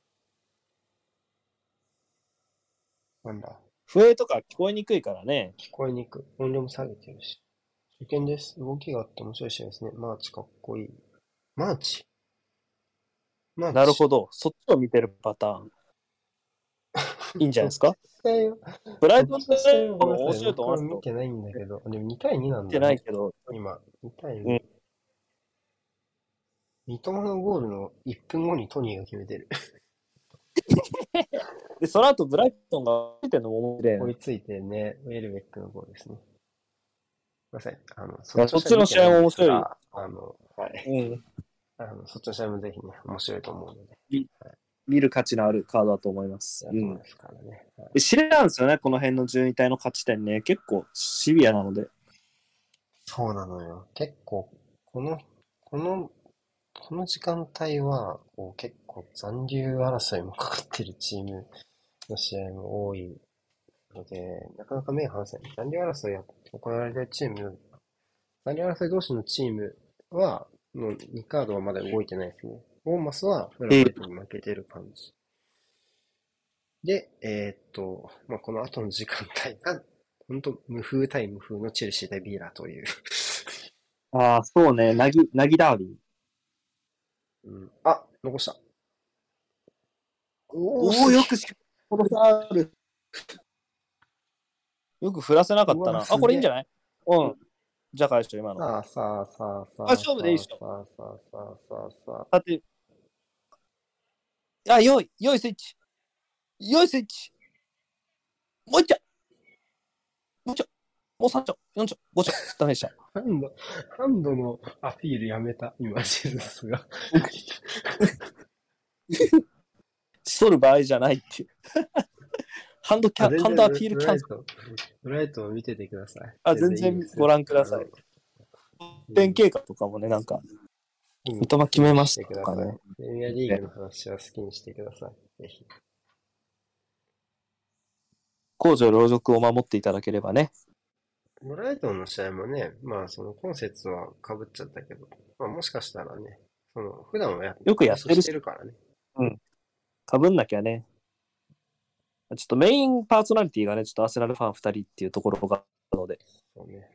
なんだ、 笛とか聞こえにくいからね。 聞こえにくい。音量も下げてるし。初見です。動きがあって面白い試合ですね。マーチかっこいい。マーチマーチなるほど。そっちを見てるパターン。いいんじゃそっちないですか。 だよ。 ブライそっちのトンの試合はごめんなさい。 面白いと思いますよ。 僕は見てないんだけど。でもに対になん見てだね。 ないけど。 今、に対に。 うん。 三笘のゴールのいっぷんごにトニーが決めてる。 で、その後ブライトンがついてるのも面白いね。 追いついてね、ウェルベックのゴールですね。ごめんなさい。あの、そっちのそっちの試合試合見てないんでも面白いよ。 すが、あの、はい。 うん。 あの、そっちの試合もぜひね、面白いと思うので。 見はい。 見る価値のあるカードだと思います。うん。 だと思いますからね。はい、 で知れなんですよね、この辺の順位帯の勝ち点ね。結構シビアなので。 そうなのよ。結構、この、この、この時間帯は、こう結構残留争いもかかってるチームの試合も多いので、なかなか目が離せない。残留争いが行われているチーム、残留争い同士のチームは、 のにカードはまだ動いてないですね。ボーンマスはフラム相手に負けてる感じ。で、えーっと、まあ、この後の時間帯が、本当無風対無風のチェルシー対ビーラという。 ああ、そうね。なぎ、なぎダービー。 うん、あ、残した。おー、 おお、 すげえ。 よくし、このファール。よく振らせなかっうわ、 たな。あ、こすげえ。 れいいんじゃない？うん。じゃあ返して今の。 さあさあさあさあ、 あさ勝負でいいでしょ。 あさあさあさあさあさあ。 だって、あ、よい、よいスイッチ。よいスイッチ。もう一丁。もう一丁。もう三丁。四丁。五丁。ダメでした。 ハンド、ハンドのアピールやめた、今、ジェズスが。 しとる場合じゃないっていう。ハンドキあ、 ャ、 全然ハンドアブ、 ピールキャンセル。 ブライト、ブライトを見ててください。 あ、 全全然いいですよ。 然ご覧くだあの、 さい。 うん、 点経過とかもね、なんか、 好きに、 三笘好きにし決めましたてください。 とかね。 プレミアリーグの話は好きにしてください。ぜひ。 公序良俗を守っていただければね。 ブライトンの試合もね、まあ、その今節は被っちゃったけど、まあ、もしかしたらね、その、普段はや、 よくやっ話してるし。 てるからね。 うん。かぶんなきゃね。ちょっとメインパーソナリティがね、ちょっとアーセナルファンふたりっていうところがあるので、 そうね。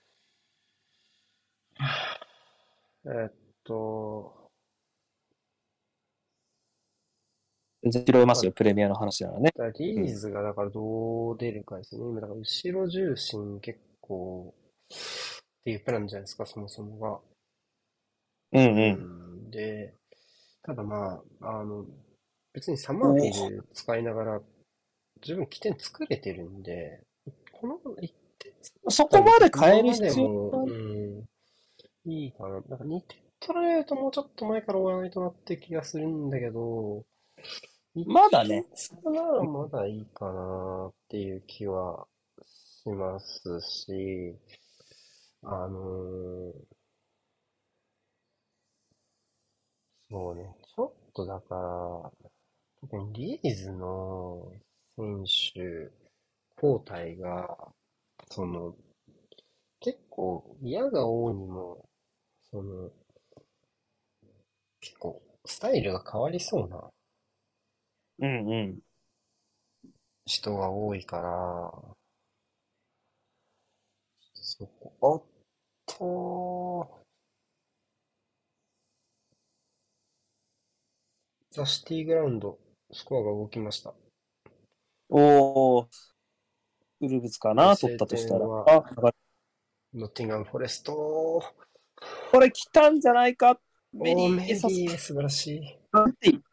えーっと、 全然拾えままあ、 すよ、プレミアの話ならね。 だリうん。 ーズがだからどう出るかですね。今だから後ろ重心結構っていうプランじゃないですか、そもそもが。ううんうん。 ん。で、ただまあ、あの、別にサマーフィおお。 ル使いながら十分起点作れてるんで、このいってん作ったのそこまで変えるそのままで必要も、 は、 うん、いいかな。なんかにてん取られるともうちょっと前から終わらないとなって気がするんだけど、1点まだね。 差ならまだいいかなっていう気はしますし、あのーそうね、ちょっとだから、特にリーズの選手交代が、その、結構嫌が王にも、その、結構スタイルが変わりそうなうんうん。 人が多いから、そこ、おっと、ザ・シティグラウンド、スコアが動きました。 おお、ウルブズかな、取っ先制たとしたら。 点は、 あ、 ノッティンガム・フォレスト。 これ来たんじゃないか。メおー、 リーさすメディ、素晴らしい。 がに。い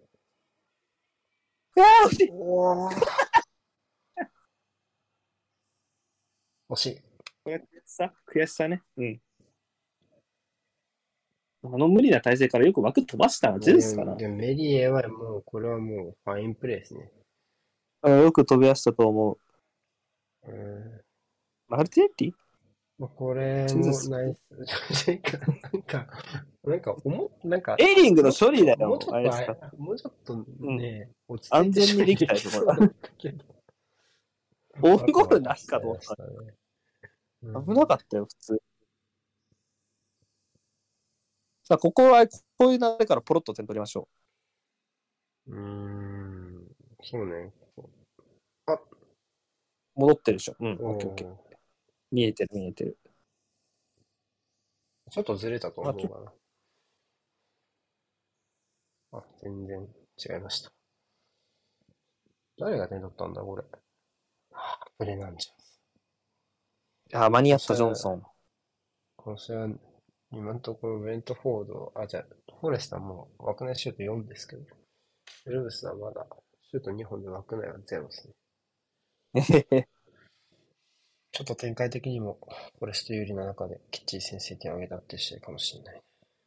やー、惜しい。 おー、惜しい。 これ悔しさ、悔しさね。うん。あの無理な体勢からよく枠飛ばしたのはいや、 ゼウスかな。 でも、でもメディエはもう、これはもう、ファインプレーですね。 あ、よく飛び出したと思う。 うん。 マルティネッティまあ、これもジェズス。 ナイス。なんか、なんか、思っ、なんか、 エイリングの処もうちょっと、 理だよ、 もうちょっとあれ、 あれさ。 もうちょっとうん。 ね、落ち着いて安全にで処理でききたいところだ。 そうだったけど、 オウンバタゴールないバタしちゃいかと思ったましたね。うら。危なかん。 ったよ、普通。さあ、ここは、こういう流れからポロッと点取りましょうーん。そうね。あ、 う。戻ってるでしょ。うん、オッケーオッケー。 お見えてる、見えてる。 ー、ちょっとずれたとあ、ちょ思うかな。あ、全然違いました。誰が点取ったんだ、これ。ブレナンジャーズ。 あ、間に合った、ジョンこの試合、 ソン。 この試合、今のところブレントフォード、あ、じゃあ、フォレスターも枠内シュートよんですけど、ブルースはまだシュートにほんで枠内はゼロですね。 へへへ。 ちょっと展開的にもフォレスト有利な中できっちり先制点を挙げたっていう試合かもしれない。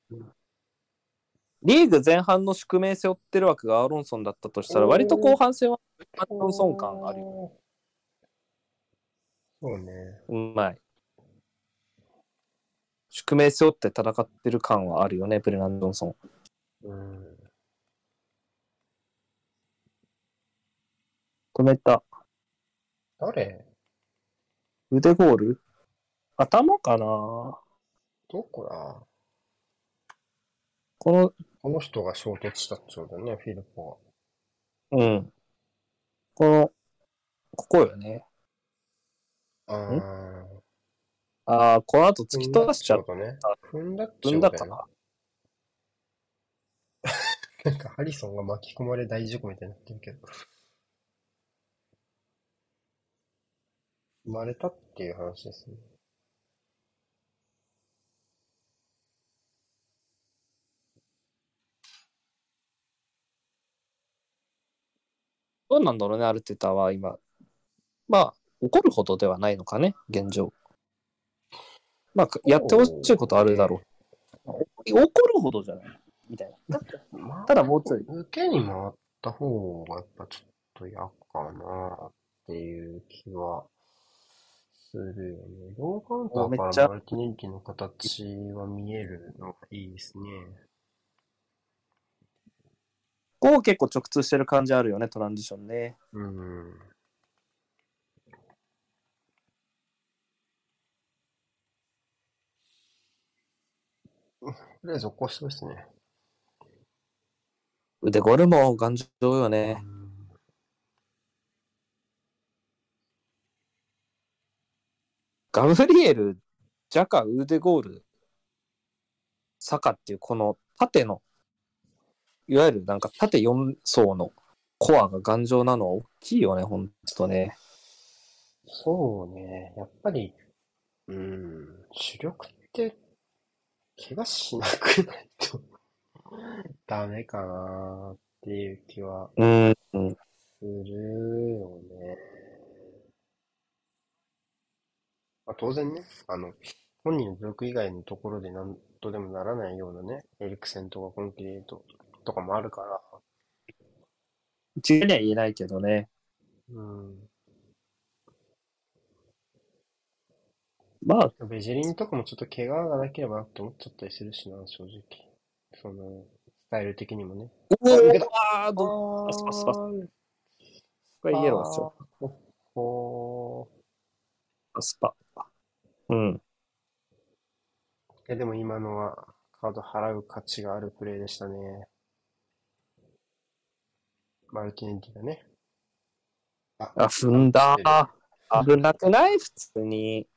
リーグ前半の宿命背負ってる枠がアーロンソンだったとしたら、割とおーっ後半戦はアーロンソン感あるよ。 と、そうね。 うまい。宿命背負って戦ってる感はあるよね、ブレナン・ジョンソン。 うん。 止めた。 誰腕ゴール頭かな。 どこだこの、 この人が衝突したっちゅうだよね、フィルポうん。この、ここよね。 が。 んあー、 ああ、この後突き踏んだっ飛ばしちゃっちゅうことね。 た。 踏んだっ踏ちゅうことやな。 んだかな。 なんかハリソンが巻き込まれ大事故みたいになってるけど。生まれたっていう話ですね。 どうなんだろうね、アルテタは今。まあ、怒るほどではないのかね、現状。まあ、やってほしいことあるだろね。 う。怒るほどじゃない。みたいな。 まあ、 ただもうちょい。 受けに回った方がやっぱちょっと嫌かなっていう気はするよね。ローカウンターからめっちゃ、 マルティネッリの形は見えるのがいいですね。 こう結構直通してる感じあるよね、トランジションね。 うん。とりあえず起こしそうですね。 腕ゴルも頑丈ようね。 ん。 ガブリエル、ジャカ、ウーデゴール、サカっていうこの縦の、いわゆるなんか縦よん層のコアが頑丈なのは大きいよね、ほんとね。 そうね。やっぱり、うん。主力って怪我しなくないとダメかなっていう気はうん、うん。 するよね。まあ、当然ね、あの、本人の努力以外のところで何とでもならないようなね、エリクセンとかコンクリートとかもあるから、 一概には言えないけどね。 うん。 まあ、 ベジェリンとかもちょっと怪我がなければなって思っちゃったりするしな、正直。その、スタイル的にもね。 おあ、抜けた。 ー、 あど、スパスパスー、 パイエローですよ。 あー、ほほスパ。うん。 ー。いや、でも今のはカード払う価値があるプレーでしたね。マルティネンティがね。あ、 あ、踏かぶっんだ。 てる。 危なくない普通に。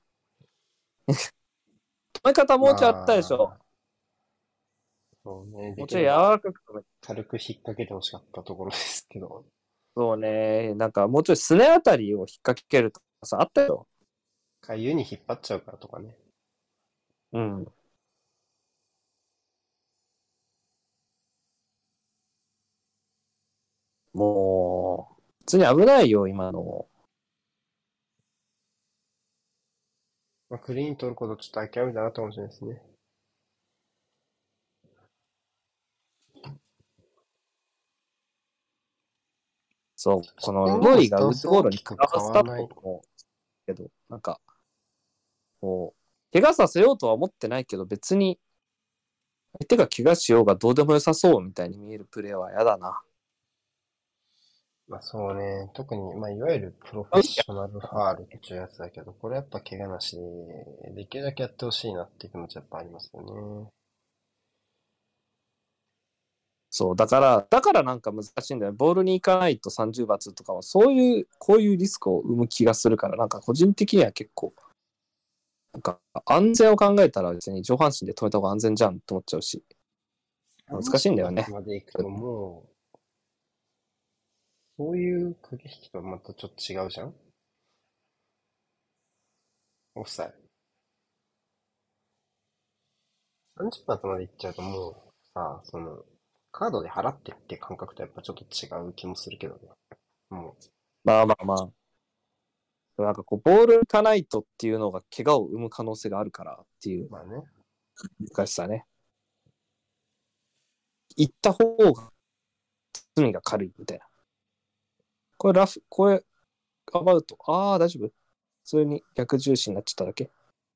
止め方もうちょいあったでしょ。 まあ、そうね、でもうちょい柔きればらかく止め軽く引っ掛けてほしかったところですけど、 そうね。なんかもうちょいすねあたりを引っ掛けるとかさ、あったよ。 かゆに引っ張っちゃうからとかね。 うん。もう、普通に危ないよ、今の。 まあ、クリーン取ることちょっと諦めたなったかもしれないですね。 そう、このロドここもリがウッスタンスドゴールに大きくかわした変わんない。 と思うけど、なんか、こう、怪我させようとは思ってないけど、別に相手が怪我しようがどうでも良さそうみたいに見えるプレーは嫌だな。 まあそうね、特に、まあいわゆるプロフェッショナルファールっていうやつだけど、これやっぱ怪我なしで、できるだけやってほしいなっていう気持ちやっぱありますよね。 そう、だから、だからなんか難しいんだよ。ボールに行かないとさんじゅう罰とかは、そういう、こういうリスクを生む気がするから、なんか個人的には結構、なんか安全を考えたら別に上半身で止めた方が安全じゃんと思っちゃうし、難しいんだよね。 さんじゅう発まで行くともう、そういう駆け引きとはまたちょっと違うじゃん。オフサイド。さんじゅう発まで行っちゃうともう、さ、その、カードで払ってって感覚とやっぱちょっと違う気もするけどね。もまあまあまあ。なんかこう、ボール行かないとっていうのが怪我を生む可能性があるからっていうう、まあね。 難しさね。行った方が罪が軽いみたいな。これラフ、これ、アバウト。ああ、大丈夫普通に逆重心になっちゃっただけ。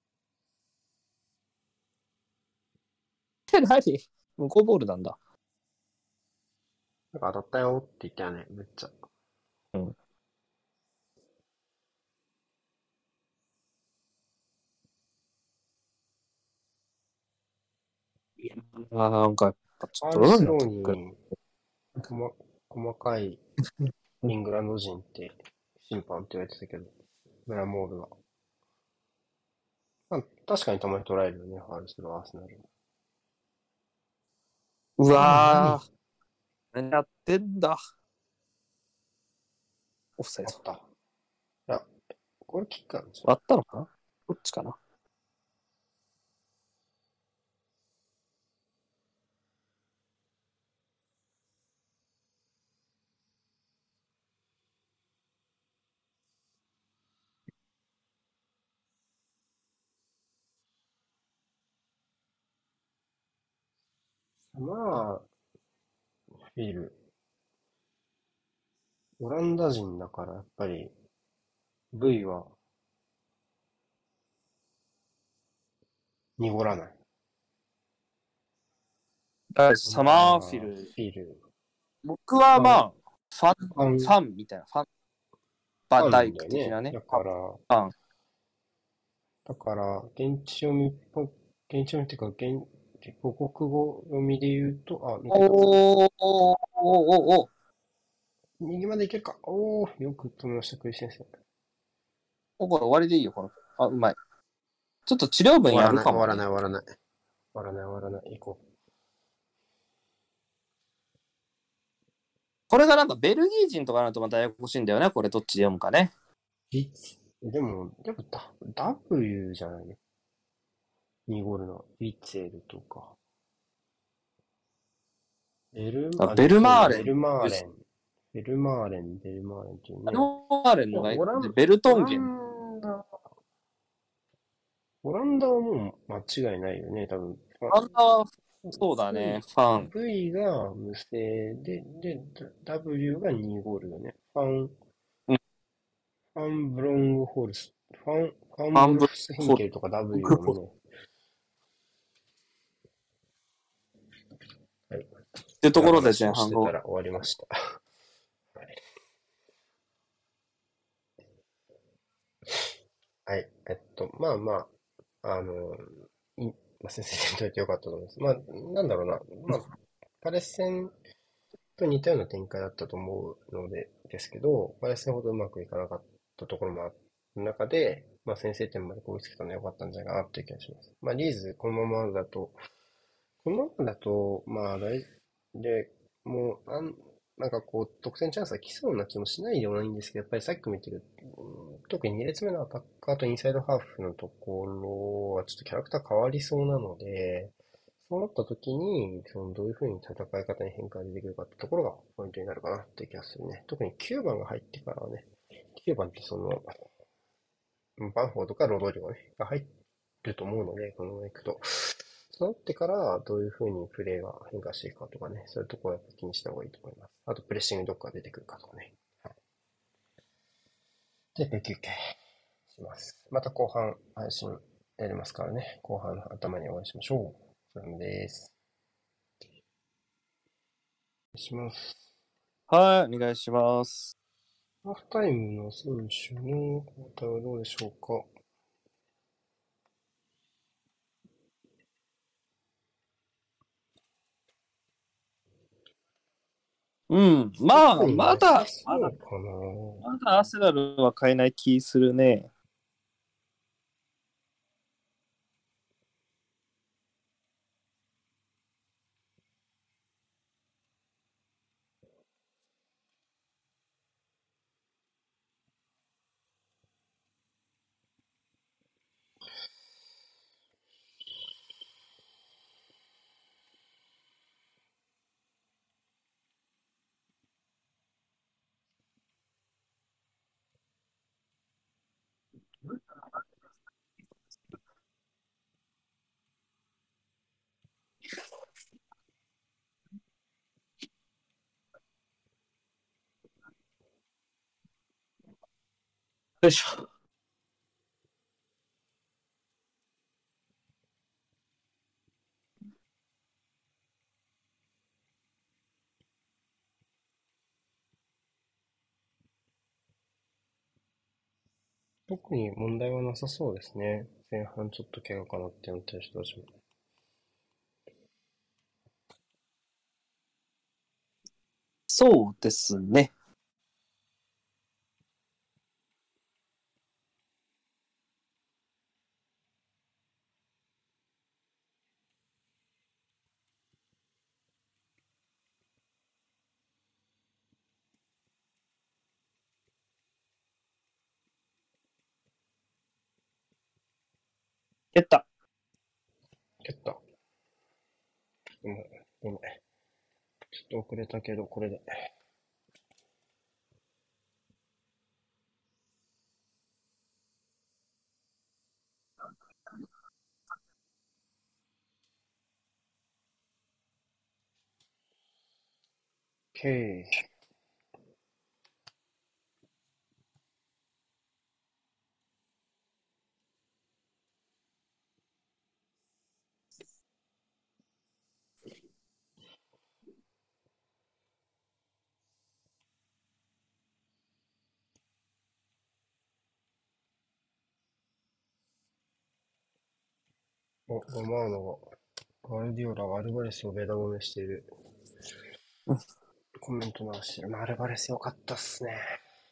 え、何向こうボールなんだ。 なんか当たったよって言ったよね、めっちゃ。 うん。ああ、なんか、 ぱちょっとロロにファールスローなってくる。 に細細かいイングランド人って審判って言われてたけど、ブラモールは。まあ、確かにたまに捉えるよね、ファールスロー、アーセナル。 う何わ何ー、何やってんだ。オフサイド。 あった。いや、これキックなんじゃあったのかな、どっちかな。 ん。まあ、フィル。オランダ人だから、やっぱり、V は濁らない。 サマーフィまあ、フル。 ィル。 僕はファン、 まあ、ファン、 ファン、 ファンみたいな、ファン、バファダインだよね。 ク的なね。フだから、 ァン。 だから、現地読みっぽ、現地読みっていうか、現、母国語読みで言うと、あ、抜けた。 おー、おー、おー、おー、 右までいけるか。おー、よく止めました、クリス先生。 おー、これ終わりでいいよ、この。あ、うまい。ちょっと治療分や終わらない、 るかもね。 終わらない、終わらない。終わらない、終わらない。行ここれがなんかベルギー人とかなるとまたややこしいんだよね。これどっちで読むかね。 う。リッツ。でも、でも、ダ W じゃないの、濁るの。リッツェルとか。ベル、あ、でベルもそうね、 マーレン。 ベルマーレン。ベルマーレン、ベルマーレンっていうベルね。 マーレンの外国でオラン、 ベルトオランゲン。 ンダ、オランダはもう間違いないよね、多分。 あんな、そうだね。 V、 ファン。 V が無声で、で、W が濁るよね。ファン、 うん、 ファンブロングホルス、ファン、ファファンブンブルフスヒンホケルとか W 読みっね。はい。 てと裏ころで話をし前半後。 てたら終わりました。はい。えっと、まあまあ、あの、いまあ、先生にといてよかったと思います。まあ、なんだろうな。まあ、パレス戦と似たような展開だったと思うので、ですけど、パレス戦ほどうまくいかなかったところもあった中で、まあ、先制点まで追いつけたのは良かったんじゃないかなという気がします。まあ、リーズ、このままだと、このままだと、まあ、大で、もう、なん、なんかこう、得点チャンスが来そうな気もしないでもないんですけど、やっぱりさっきも言ったけど、うん特にに列目のアタッカーとインサイドハーフのところはちょっとキャラクター変わりそうなので、そうなった時に、そのどういう風に戦い方に変化が出てくるかってところがポイントになるかなっていう気がするね。特にきゅうばんが入ってからはね、きゅうばんってその、バンフォードかロドリゴね、が入ると思うので、このままいくと。そうなってから、どういう風にプレーが変化していくかとかね、そういうところをやっぱ気にした方がいいと思います。あと、プレッシングどっから出てくるかとかね。で、休憩します。また後半配信やりますからね。後半の頭にお会いしましょう。それです。お願いします。 はい、お願いします。 ハーフタイムの選手の交代はどうでしょうか。 うん。まあ、 特になさまだ、まだ、 そうかな。 まだアセナルは変えない気するね。よいしょ。 特に問題はなさそうですね。前半ちょっと怪我かなって思ってる人たちも。 そうですね。蹴った。 蹴った。ごめん、ごめん。ちょっと遅れたけど、これで。OK。お、ロマーノが、ガルディオラがアルバレスをベタ褒めしている。コメント流してる。アルバレスよかったっすね。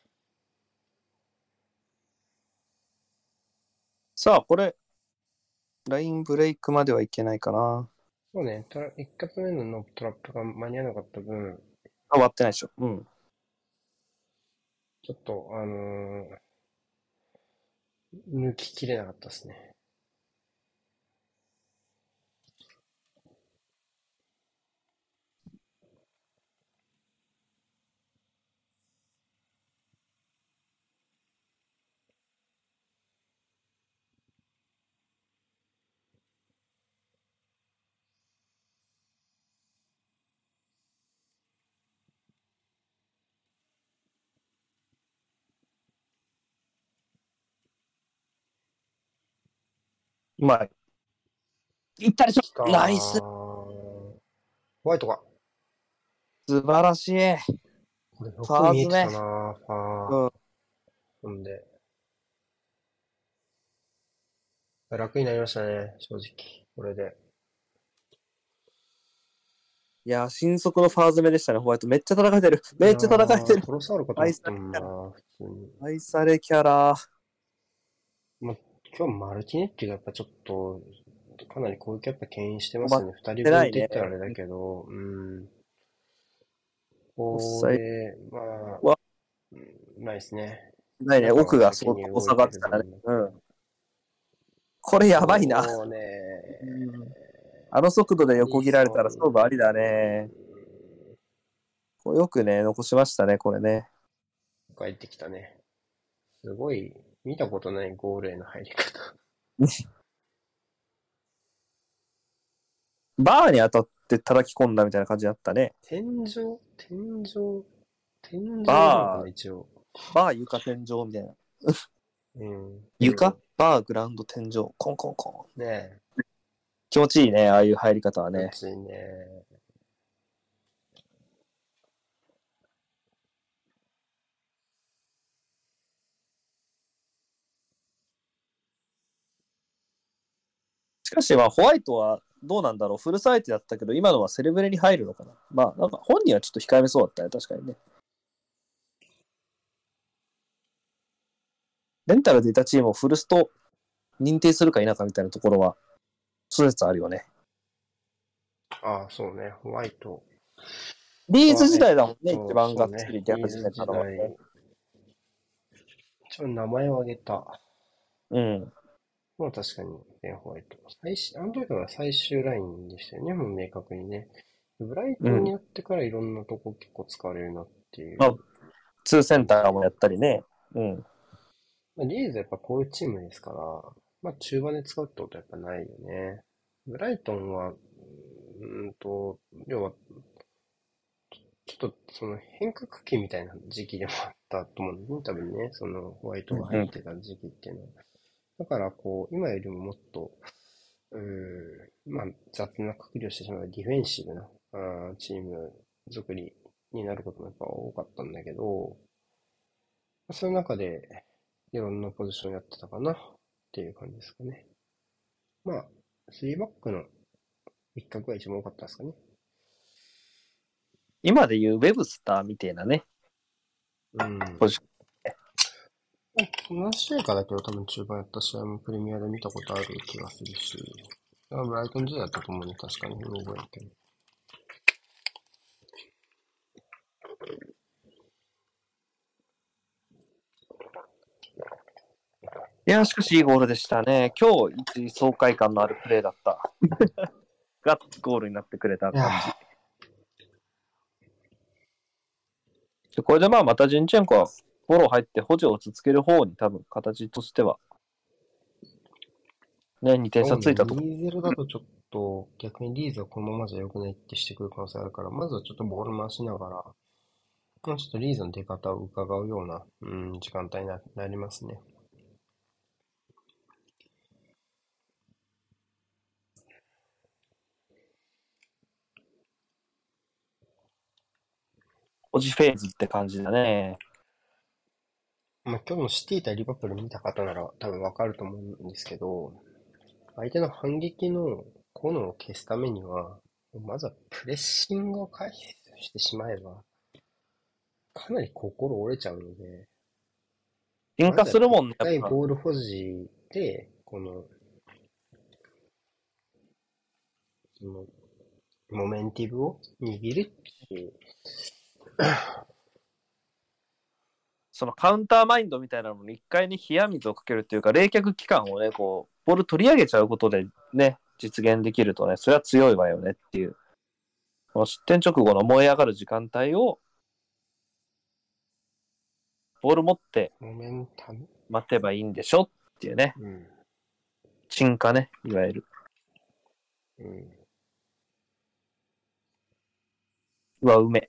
さあ、これ、ラインブレイクまではいけないかな。 そうね、トラ一発目のトラップが間に合わなかった分、 あ、終わってないでしょ。うん。 ちょっと、あのー抜ききれなかったですね。 うまい。いったでしょ。 きたー。 ナイス。 ホワイトか。 素晴らしい。 これよフく見えてたァーズね。 なファー。 うん。 ほんで、楽になりましたね、正直。これで。 いや、新速のファー詰めでしたね、ホワイト。めっちゃ叩かれてる。 いやめっちゃ叩かれてー、 る。 トロサールかと思愛さったもんな、 れキャラ。 普通に。 愛されキャラ。 まあ、今日マルティネッリがやっぱちょっと、かなり攻撃やっぱ牽引してま止まっすよね。二人てないね。 分って言ったらあれだけど、うん。 オフサイこれ、まあ、 ドはうん、ないですね。 ないね。 中が奥がそ先にこ下が動いてるってたらね。 分だけ。 うん。これやばいな。 そうね。 うん。あの速度でアリ横切られたら勝負ありだソね。これよくね、残しましたね、これね。 ン、帰ってきたね。すごい、見たことないゴールへの入り方。 バーに当たって叩き込んだみたいな感じだったね。 天井天井天井なのかな、 バー、 一応。 バー床天井みたいな。 うん。 床バーグラウンド天井。コンコンコン。 ねえ、 気持ちいいね、ああいう入り方はね。 気持ちいいね。 しかしまあホワイトはどうなんだろう。フルサイズだったけど、今のはセレブレに入るのかな。まあなんか本人はちょっと控えめそうだったね、確かにね。レンタルでいたチームをフルスト認定するか否かみたいなところは、諸説あるよね。 ああ、そうね。ホワイトリーズは、えっ時代だもんね、一と、 番がっつそうね。 り出始めリーズ時代、 たのはね。 一応名前を挙げた。 うん。 まあ確かに、ベン・ホワイト。最終、あの時は最終ラインでしたよね、もう明確にね。ブライうん。 トンにやってからいろんなとこ結構使われるようになっていまあ、 うツーセン感じで。 ターもやったりね。うん。 まあ、リーズやっぱこういうチームですから、まあ中盤で使うってことはやっぱないよね。ブライトンは、うーんと、要は、ちょっとその変革期みたいな時期でもあったと思うんですね、多分ね。そのホワイトが入っうん。 てた時期っていうのは。だからこう、今よりももっと、うーん、まあ雑なくくりをしてしまうディフェンシブなあーチーム作りになることもやっぱ多かったんだけど、その中でいろんなポジションやってたかなっていう感じですかね。まあ、スリーバックの一角が一番多かったですかね。 今で言うウェブスターみたいなね、 うん。 ポジション。 何試合かだけど多分中盤やった試合もプレミアで見たことある気がするし。あ、ブライトン時代だったと思うね、確かに。うろ覚えやけど。 いや、しかしいいゴールでしたね。今日一爽快感のあるプレーだった。がゴールになってくれた感じ。でこれでまあまたジンチェンコはフォロー入って補助を続ける方に多分形としてはね、にてん差ついたとこ。 にたいゼロだとちょっと逆にリーズはこのままじゃ良くないってしてくる可能性あるから、まずはちょっとボール回しながら、まあ、ちょっとリーズの出方を伺うような、うん、時間帯にななりますね。 保持フェーズって感じだね。 まあ、今日のシティ対リバプール見た方なら多分わかると思うんですけど、相手の反撃のコノを消すためには、まずはプレッシングを回避してしまえば、かなり心折れちゃうので、 進まずは一化するもんね、やっぱ。 回ボール保持で、この、その、モメンティブを握るっていう。 そのカウンターマインドみたいなのに一回に冷や水をかけるっていうか、冷却期間をね、こう、ボール取り上げちゃうことでね、実現できるとね、それは強いわよねっていう。この失点直後の燃え上がる時間帯を、ボール持ってモメンタム待てばいいんでしょっていうね。 うん。 沈下ね、いわゆる。 うん。 うわ、うめ。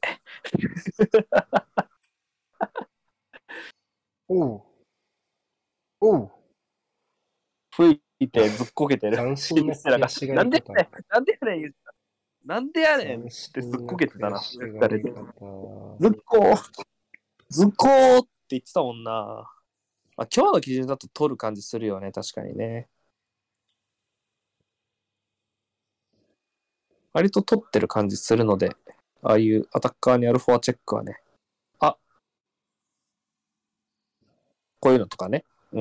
おう。おう。 吹いてずっこけてる。 斬新な悔しがなんでり方。 やねん、なんでやねん言った。なんでやねんっ斬てずっ新なこけてたな。 悔しがり方。 ずっこずっこーって言ってたもんな。あ、今日の基準だと取る感じするよね、確かにね。割と取ってる感じするので、ああいうアタッカーにあるフォアチェックはね。あ、こういうのとかね。うん。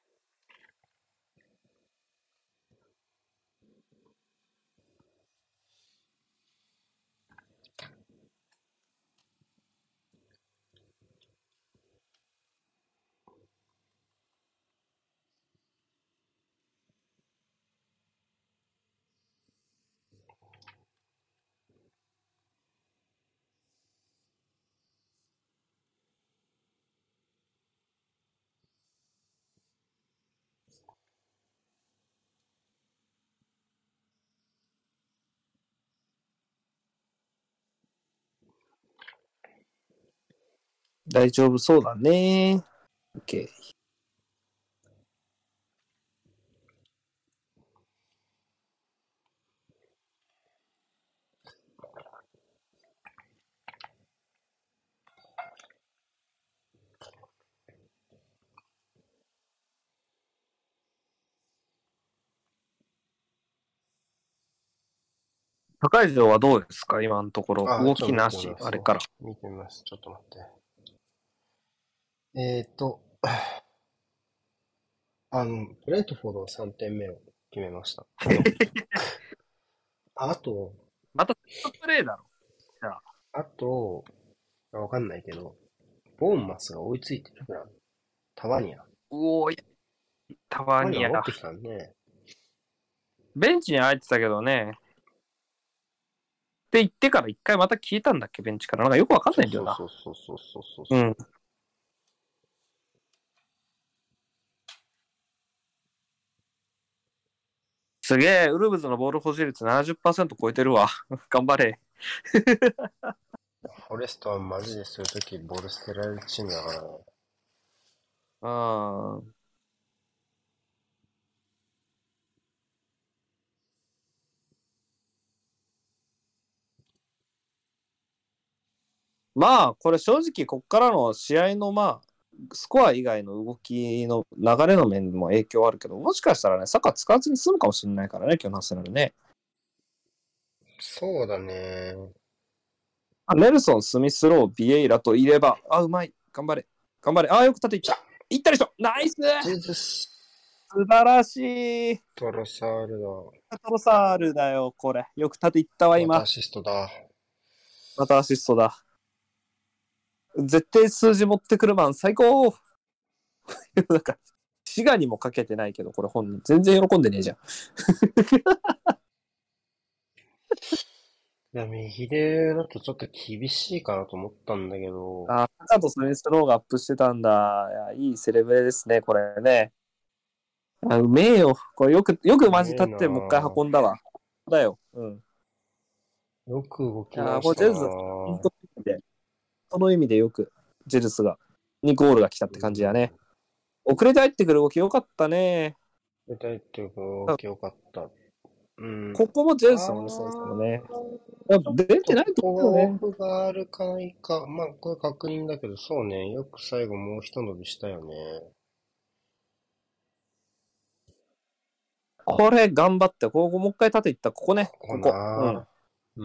大丈夫そうだね。OK。高い城はどうですか今のところ。 あ、 動ちょっと見きなし、 てみますね。 あれから。 見てみます。ちょっと待って。えーと、あの、ブレントフォードはさんてんめを決めました。あの、あと、 またプレーだろ。じゃあ。 あと、わかんないけど、ボーンマスが追いついてるから、タワニア。 うおー、たタワニまにや。 ア持ってきたんね。 ベンチに入ってたけどね。って言ってから一回また消えたんだっけベンチから。なんかよくわかんそうないんだよな。 そうそうそうそうそうそう。 うん。すげえ、ウルブズのボール保持率ななじゅっパーセント超えてるわ。頑張れ。 フォレストはマジでそういう時ボール捨てられるチームだからね。 うん。まあ、これ正直、こっからの試合の、まあ、スコア以外の動きの流れの面も影響あるけど、もしかしたらね、サッカー使わずに済むかもしれないからね、今日のアスナルね。 そうだね。 あネルソン、スミスロー、ビエイラといれば、あ、うまい。頑張れ。頑張れ。あ、よく縦いった。いったでしょ。ナイス。 ジーズス。 素晴らしい。 トロサールトロサールだよ、これ。よく縦いったわ、 だ。またア今。 シストだ。 またアシストだ。絶対数字持ってくるマン、最高。なんか、滋賀にもかけてないけど、これ本人全然喜んでねえじゃん。 いや、右でだとちょっと厳しいかなと思ったんだけど。 あ、赤とスミスローがアップしてたんだ。いや、いいセレブレですね、これね。あ、うめえよ。これよく、よくマジ立ってもう一回運んだわ。だよ。うん。 よく動きいやー、 ましたなこれジェズ、本当にで、その意味でよく、ジェズスが、にゴールが来たって感じやね。遅れて入ってくる動きよかったね。 出たいって動きよかった。うん。 ここもジェズスのね、そうですよあね。やっぱ出てないとここがオ思うよね。 フがあるかないか。まあ、これ確認だけど、そうね。よく最後もう一伸びしたよね。 これ頑張って、ここもう一回縦いった。ここね。 ここここ。うん。 な。うん。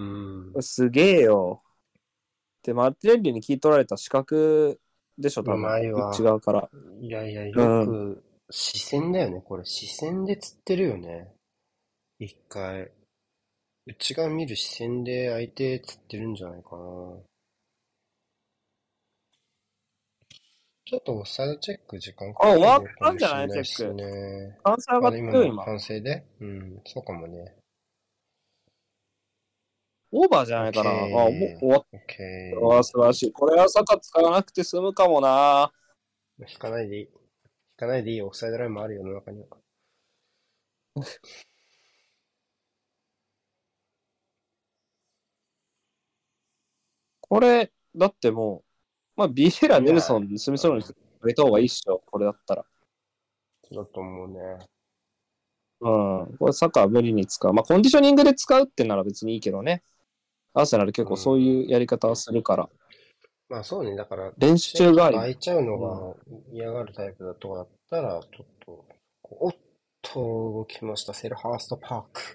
すげえよ。で、マルティネッリに聞い取られた資格でしょ、多う分。 まいわ。 内側から。 いやいや、 うん。 よく、視線だよね。これ、視線で釣ってるよね。一回。内側見る視線で相手釣ってるんじゃないかな。ちょっとオフサイドチェック時間かあ、終わっかるかもたんじゃないしれないっすチェック。 ね。 関西上があ、 ったよ、 今の今。 反省でうん、そうかもね。 オーバーじゃオッないかな。あ、もうケ終わっー。オッケた。あ、素晴らしい。これは坂使わなくて済むかもな。 ー。引かないでいい。引かないでいいオフサイドラインもあるよ、世の中には。 これ、だってもう、まあ、ビエラ、ネルソまあ、 ン、スミソロにあげた方がいいっしょ。これだったら。 うん、だと思うね。 うん。これサッカー無理に使う。まあ、コンディショニングで使うってなら別にいいけどね。アーセナル結構そううん。 いうやり方をするから。 まあそうね、だから、 練試合ちょっと習帰り。 空いちゃうのうん。 が嫌がるタイプだとかだったら、ちょっと、おっと、動きました。セルハーストパーク。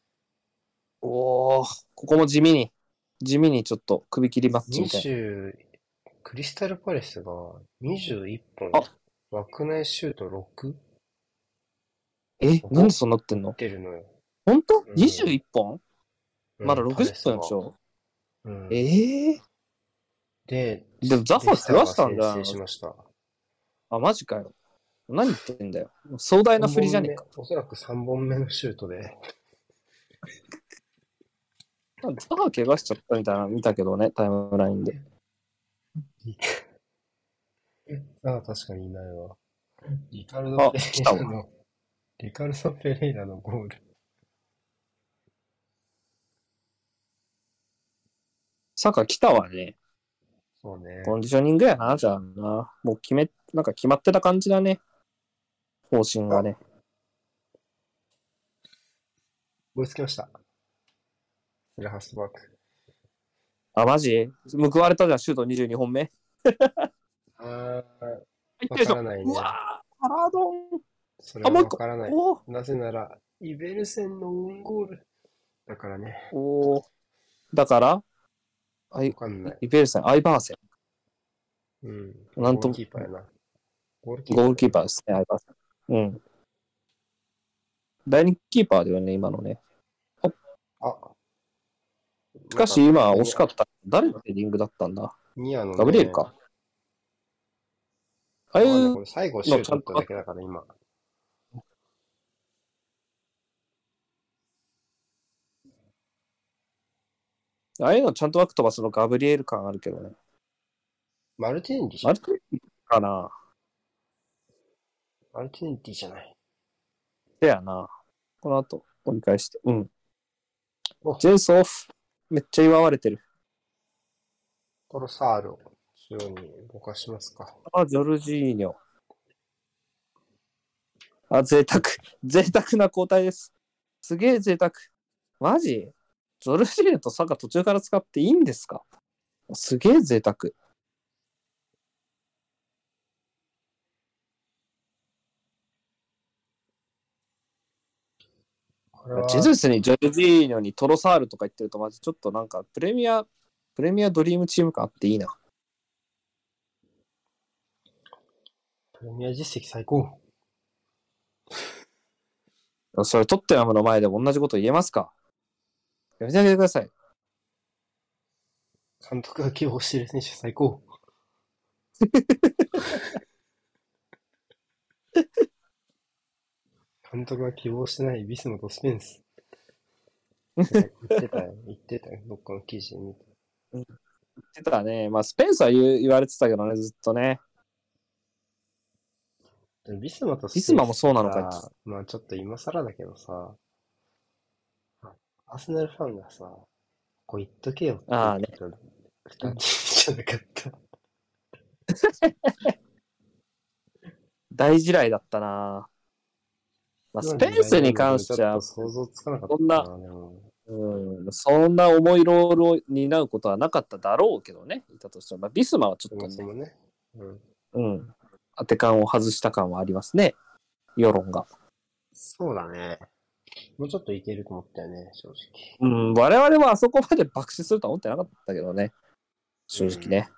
おー、ここも地味に、地味にちょっと首切りマッチみたいな。 にじゅう、クリスタルパレスがにじゅういっぽん、 あ、 枠内シュート ろく？ え、なんでご？ そうなってんの？ 出るのよ。 本当？ うにじゅういちん。 本まだうん、パレろくじゅっスが。 分でしょ？ うん。 ええで、 ー、でもザファレスター怪我したんが先制じゃないの？ しました。 あ、マジかよ。何言ってんだよ。壮大な 3 振りじゃ本目、 ねえか。 おそらくさんぼんめのシュートで、 ザファ怪我しちゃったみたいなの見たけどね、タイムラインで。 ああ、確かにいないわ。リカルド・あ、 ペ来たわ。 レイラの、リカルド・ペレイラのゴール。 サッカー来たわね。 そうね。 コンディショニングやな、じゃあな。もう決め、なんか決まってた感じだね。方針があ、 ね。 追いつきました。セルハストバーク。 あ、マジ報われたじゃん、シュートにじゅうにほんめ。 ああ、わか入ったでしょ。うらないね。 わー、パラドン。あ、 それはわもう一個。 からない。 おー、 なぜなら、イベルセンのオウンゴール。だからね。 おー。だから、アイ、 わかんない。 イベルセン、アイバーセうん。 ン。なんゴールと、 キーパーやな。ゴールキーゴールパーだよね。 キーパーですね、アイバーセン。うん。第二キーパーだよね、今のね。 あ、 しなんか、 かし今惜ニア、 しかった。誰のヘディングだったんだ？ ニアのガブリエルね、 か。ああいわかんない。こうれ最後シュート打ったのちゃんと、 だけだから今。 ああいうのちゃんと枠飛ばすのガブリエル感あるけどね。 マルティネリじゃん。 マルティネリかな？ マルティネリじゃない。 せやな。この後、折り返して。うん。 お、 ジェイスオフ。めっちゃ祝われてる。 トロサールを中央に動かしますか。 あ、ジョルジーニョ。あ、贅沢。贅沢な交代です。すげえ贅沢。マジ？ジョルジーニョとサカ途中から使っていいんですか？すげえ贅沢。 これは、 ジェズスにジョルジーニョにトロサールとか言ってると、まずちょっとなんかプレミアプレミアドリームチーム感あっていいな。 プレミア実績最高。 それトッテナムの前でも同じこと言えますか？やめてあげてください。 監督が起用してる選手最高。監督が希望してないビスマとスペンス。言ってたよ、言ってたよ、どっかの記事で見て。 言ってたね。まあ、スペンスは言う言われてたけどね、ずっとね。 ビスマとスペンスビスマもそうなのかさ、まあちょっと今更だけどさ、アーセナルファンがさ、こう言っとけよって言ああね。 ってた二人じゃなかった。 大地雷だったな。まあ、スペンスに関しては、 想像つかなかったそんな、 な、でも。 うん、そんな重いロールを担うことはなかっただろうけどね、いたとしても。まあ、ビスマはちょっとね、 そもそもね。うん。 うん、当て感を外した感はありますね、世論が。 そうだね。もうちょっといけると思ったよね、正直。 うん、我々はあそこまで爆死するとは思ってなかったけどね、正直ね。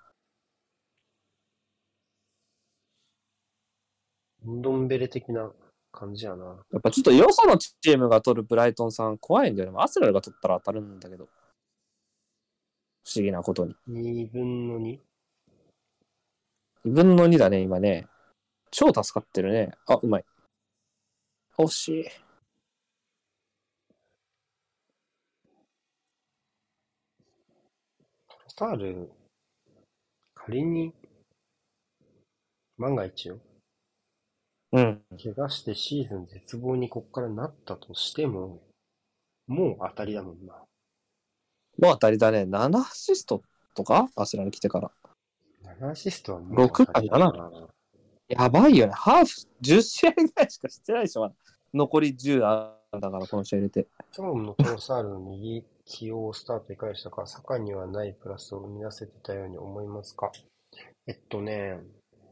うん、ドンベレ的な感じやな。 やっぱちょっとよそのチームが取るブライトンさん怖いんだよね。アスラルが取ったら当たるんだけど。不思議なことに。 にぶんのに？ にぶんのにだね、今ね。超助かってるね。あ、うまい。惜しい。 トサール、仮に、万が一よ。 うん。 怪我してシーズン絶望にこっからなったとしても、もう当たりだもんな。 もう当たりだね。ななアシストとかアスラル来てから。 ななアシストはもうろく当たりだな。 やばいよね。ハーフじゅっ試合ぐらいしかしてないでしょ。残りじゅうあんだから、この試合入れて。 今日のトロサールの右起用スタートいかがでしたか？サカにはないプラスを生み出せてたように思いますか？えっとね、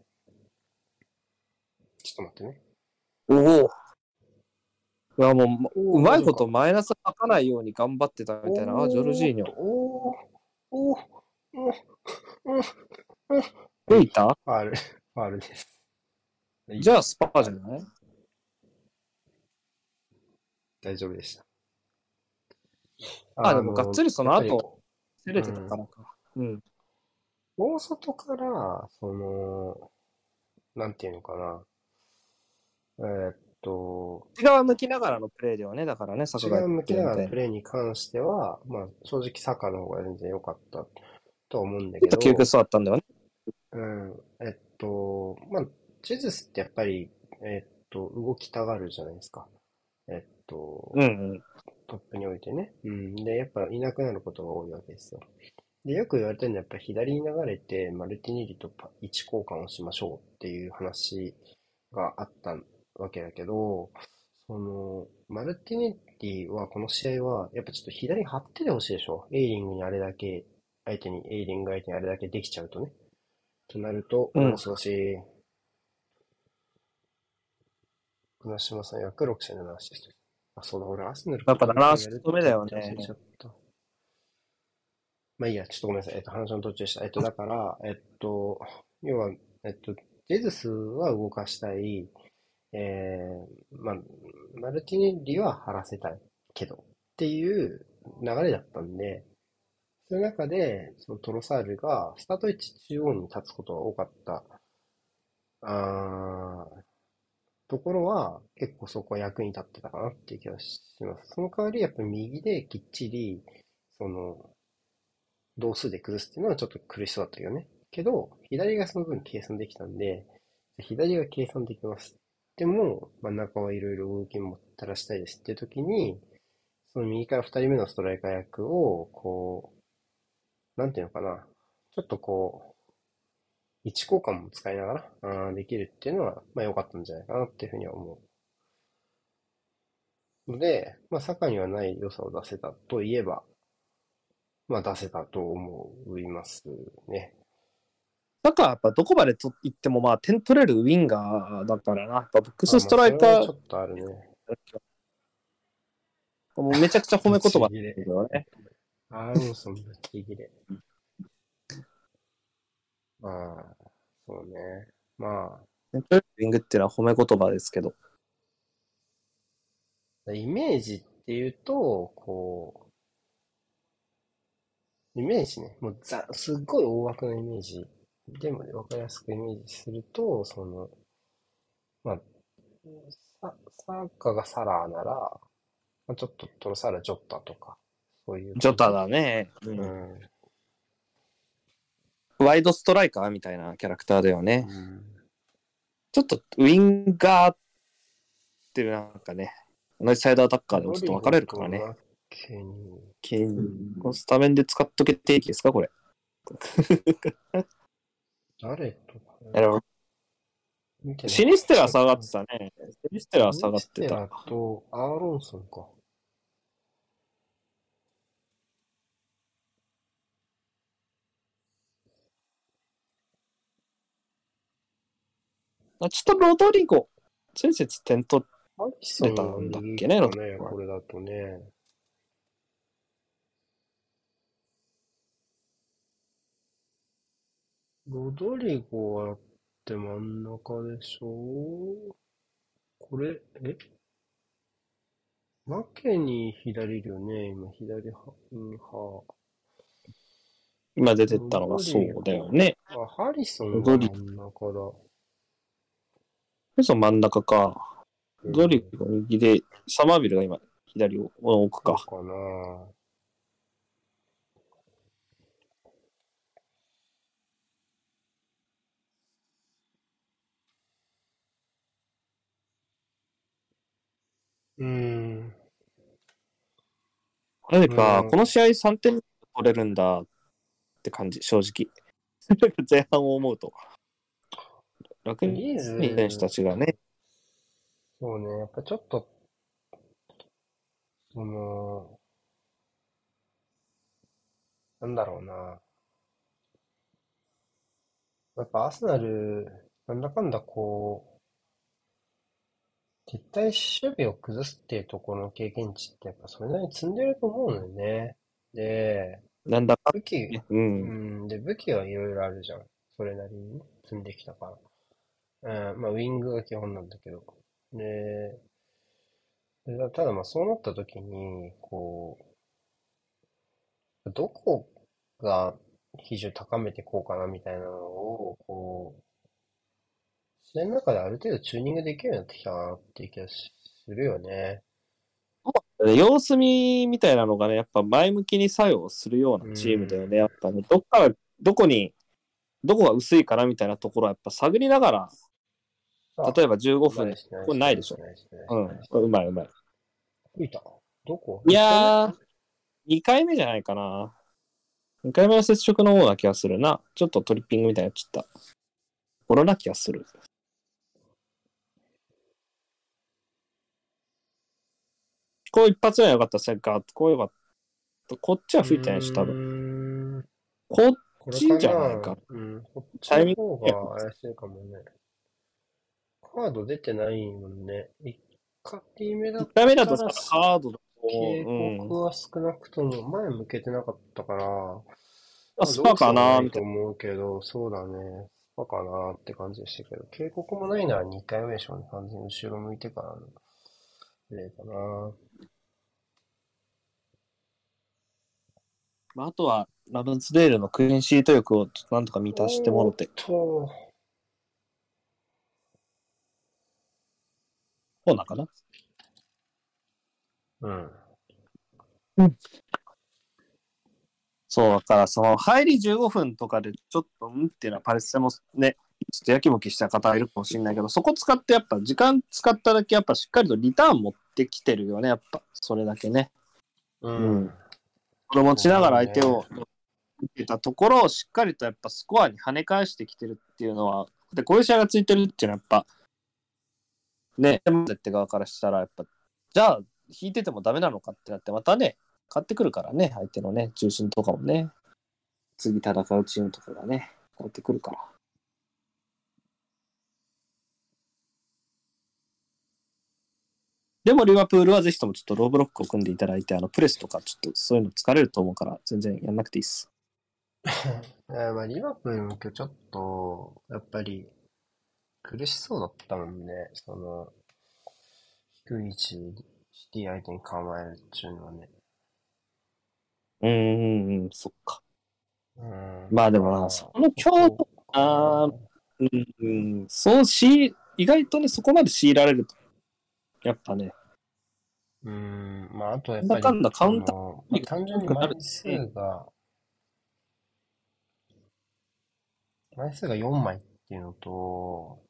ちょっと待ってね。 おお。いやもう、 おーうまいことマイナス書かないように頑張ってたみたいな。あ、ジョルジーニョ。 おーおーおーおーおーおー吹いたファール、ファールです。 じゃあスパーじゃない大丈夫でした。 あ、でもがっつりその後、攻めてたうんからか。うん。 大外から、その、なんていうのかな。えーっと、 内側向きながらのプレーではね、だからね、サカが違う向きながら言ってるみたいな。 プレーに関しては、まあ、正直サカの方が全然良かったと思うんだちょっとけど、 窮屈そうだったんだよね。 うん、えっと、まあ、ジェズスってやっぱり、えっと、動きたがるじゃないですか。えっと、 うんうん。 トップにおいてね。うん。で、やっぱいなくなることが多いわけですよ。で、よく言われてるのはやっぱり左に流れて、マルティネリとパ位置交換をしましょうっていう話があったわけだけど、その、マルティネリはこの試合は、やっぱちょっと左張っててほしいでしょ。エイリングにあれだけ、相手に、エイリング相手にあれだけできちゃうとね。となると、 うん。 もう少し、船島さん約ろく試合ななアシスト。あ、そうだ、俺アスナルやっぱななアシやるってスト目だよ言って忘れちゃね。 った。まあいいや、ちょっとごめんなさい。えっと、話の途中でした。えっと、だから、えっと、要は、えっと、ジェズスは動かしたい。えー、まあ、マルティネリは張らせたいけど、っていう流れだったんで、その中で、そのトロサールがスタート位置中央に立つことが多かった、あーところは、結構そこは役に立ってたかなっていう気がします。その代わり、やっぱり右できっちり、その、同数で崩すっていうのはちょっと苦しそうだったけどね。けど、左がその分計算できたんで、左が計算できます。でも、真ん中はいろいろ動きもたらしたいですっていう時に、その右から二人目のストライカー役を、こう、なんていうのかな。ちょっとこう、位置交換も使いながら、あーできるっていうのは、まあ良かったんじゃないかなっていうふうには思う。ので、まあ、サカにはない良さを出せたといえば、まあ出せたと思いますね。 だからやっぱどこまでと言ってもまあ点取れるウィンガーだからな。やっぱボックスあ、 スまあトライカー、 それはちょっとあるね。 もうめちゃくちゃ褒め言葉だぶち切れ。 けどね。 アーロンソンぶち切れ。 ああ、そうね。まセントラルウィングっていうのは褒め言葉ですけど。 あ、イメージっていうと、こう、イメージね。もうざ、すっごい大枠のイメージ。でも、わかりやすくイメージすると、その、まあ、サ、サッカーがサラーなら、まあ、ちょっとトロサーラジョッタとか、そういうジョタ感じ。 だね。うん。 うん。 ワイドストライカーみたいなキャラクターだよね。 うん。 ちょっとウィンガーっていうなんかね、同じサイドアタッカーでもちょっと分かロリゴれるからね。 とマッケニケンこのスタメンで使っとけ定期ですか、これ。 ー、誰とかね、 あの見てなかシニステラ下がっったな。 てたね。シニステラ下ミがってた。 ステラとアーロンソンか。 あ、ちょっとロドリゴ、先節点取アリソれたンがんだっ右けね、ロかね、 ドリゴは。 これだとね。ロドリゴはあって真ん中でしょ？これ、えマケに左いるよね、今左は、インハ今出てっロたのがドリそうだよゴ。 ね。 あ、ハリソンがロドリ真ん中だ。 ゴ、その真ん中か。 うん、 ロドリゴ右で、サマービルが今左を置くか。 そうかな。うーん、 何か、 まこの試合さんてん取れるんだって感じ、正直。前半を思うと。楽あ、 にリー選手たズ、 ちがね、 そうね、やっぱちょっと、その、なんだろうな。やっぱアーセナル、なんだかんだこう、絶対守備を崩すっていうところの経験値ってやっぱそれなりに積んでると思うのよね。で、 なんだか武器、 ね、ううん。 ん、で、武器はいろいろあるじゃん。それなりにね積んできたから。うん、まあ、ウィングが基本なんだけど。で、でただまあそうなった時に、こう、どこが比重高めていこうかなみたいなのを、こう、試合の中である程度チューニングできるようになってきたなっていう気がするよね。 様子見みたいなのがね、やっぱ前向きに作用するようなうチームだよね。 ん。 やっぱね、どっから、どこに、どこが薄いかなみたいなところはやっぱ探りながら、 あ、 例えばじゅうごふん、 ナイスナイこれスナイないでしょ。 スナイスナイうん、 スナイス。 これうまいうまい。 吹いたどこ？ いいち 回目？ やー、にかいめじゃないかな。にかいめの接触の方な気がするな。ちょっとトリッピングみたいになっちゃった。コロな気がする。こう一発目は良かったですね。ガッとこうよかった。こっちはうー吹いてないでしょ、多分。 ん。 こっこれかちじゃないか。 な？うん。こっちタイミンの方グ。 が怪しいかもね。カード出てないもんね。いっかいめだ 1 っ回目だとさ、 たらすカードだと、 警うん。 告は少なくとも前向けてなかったから、 あ、 まあ、 スパか動作はななみたいいと思うけど、そうだね。スパかなって感じでしたけど、警告もないならにかいめでしょうね。完全に後ろ向いてからのプレーかな。 な。まあ、あとは、ラブンズデールのクリーンシート欲をなんとか満たしてもおーっろて。 と、 そうなんかな。 うん。 うん。そう、だから、その、入りじゅうごふんとかで、ちょっと、うんっていうのは、パレステもね、ちょっとやきもきした方いるかもしれないけど、そこ使ってやっぱ、時間使っただけ、やっぱしっかりとリターン持ってきてるよね、やっぱ、それだけね。 ううん。 ん。 これ持ちながら思うね。 相手を見てたところをしっかりとやっぱスコアに跳ね返してきてるっていうのは、で、こういう試合がついてるっていうのはやっぱ、ね、って側からしたら、やっぱ、じゃあ、引いててもダメなのかってなって、またね、買ってくるからね、相手のね、中心とかもね、次戦うチームとかがね、買ってくるから。でも、リバプールはぜひともちょっとローブロックを組んでいただいて、あの、プレスとかちょっとそういうの疲れると思うから、全然やんなくていいっす。 えーまあ、リバプールも今日ちょっと、やっぱり苦しそうだったもんね。その、低い位置、シティ相手に構えるっていうのはね。 うーん、うんそっか。 うん、だまあでもな、 から、 そのそ強度、 こかあーな。 うん、うんそうし、意外とね、そこまで強いられると、やっぱね、 うん、まあ、あとやっぱり、 なんだかんだカそウンタの、まあ、 ーが単純多くなるに枚数ね。 が、枚数がよんまいっていうのと、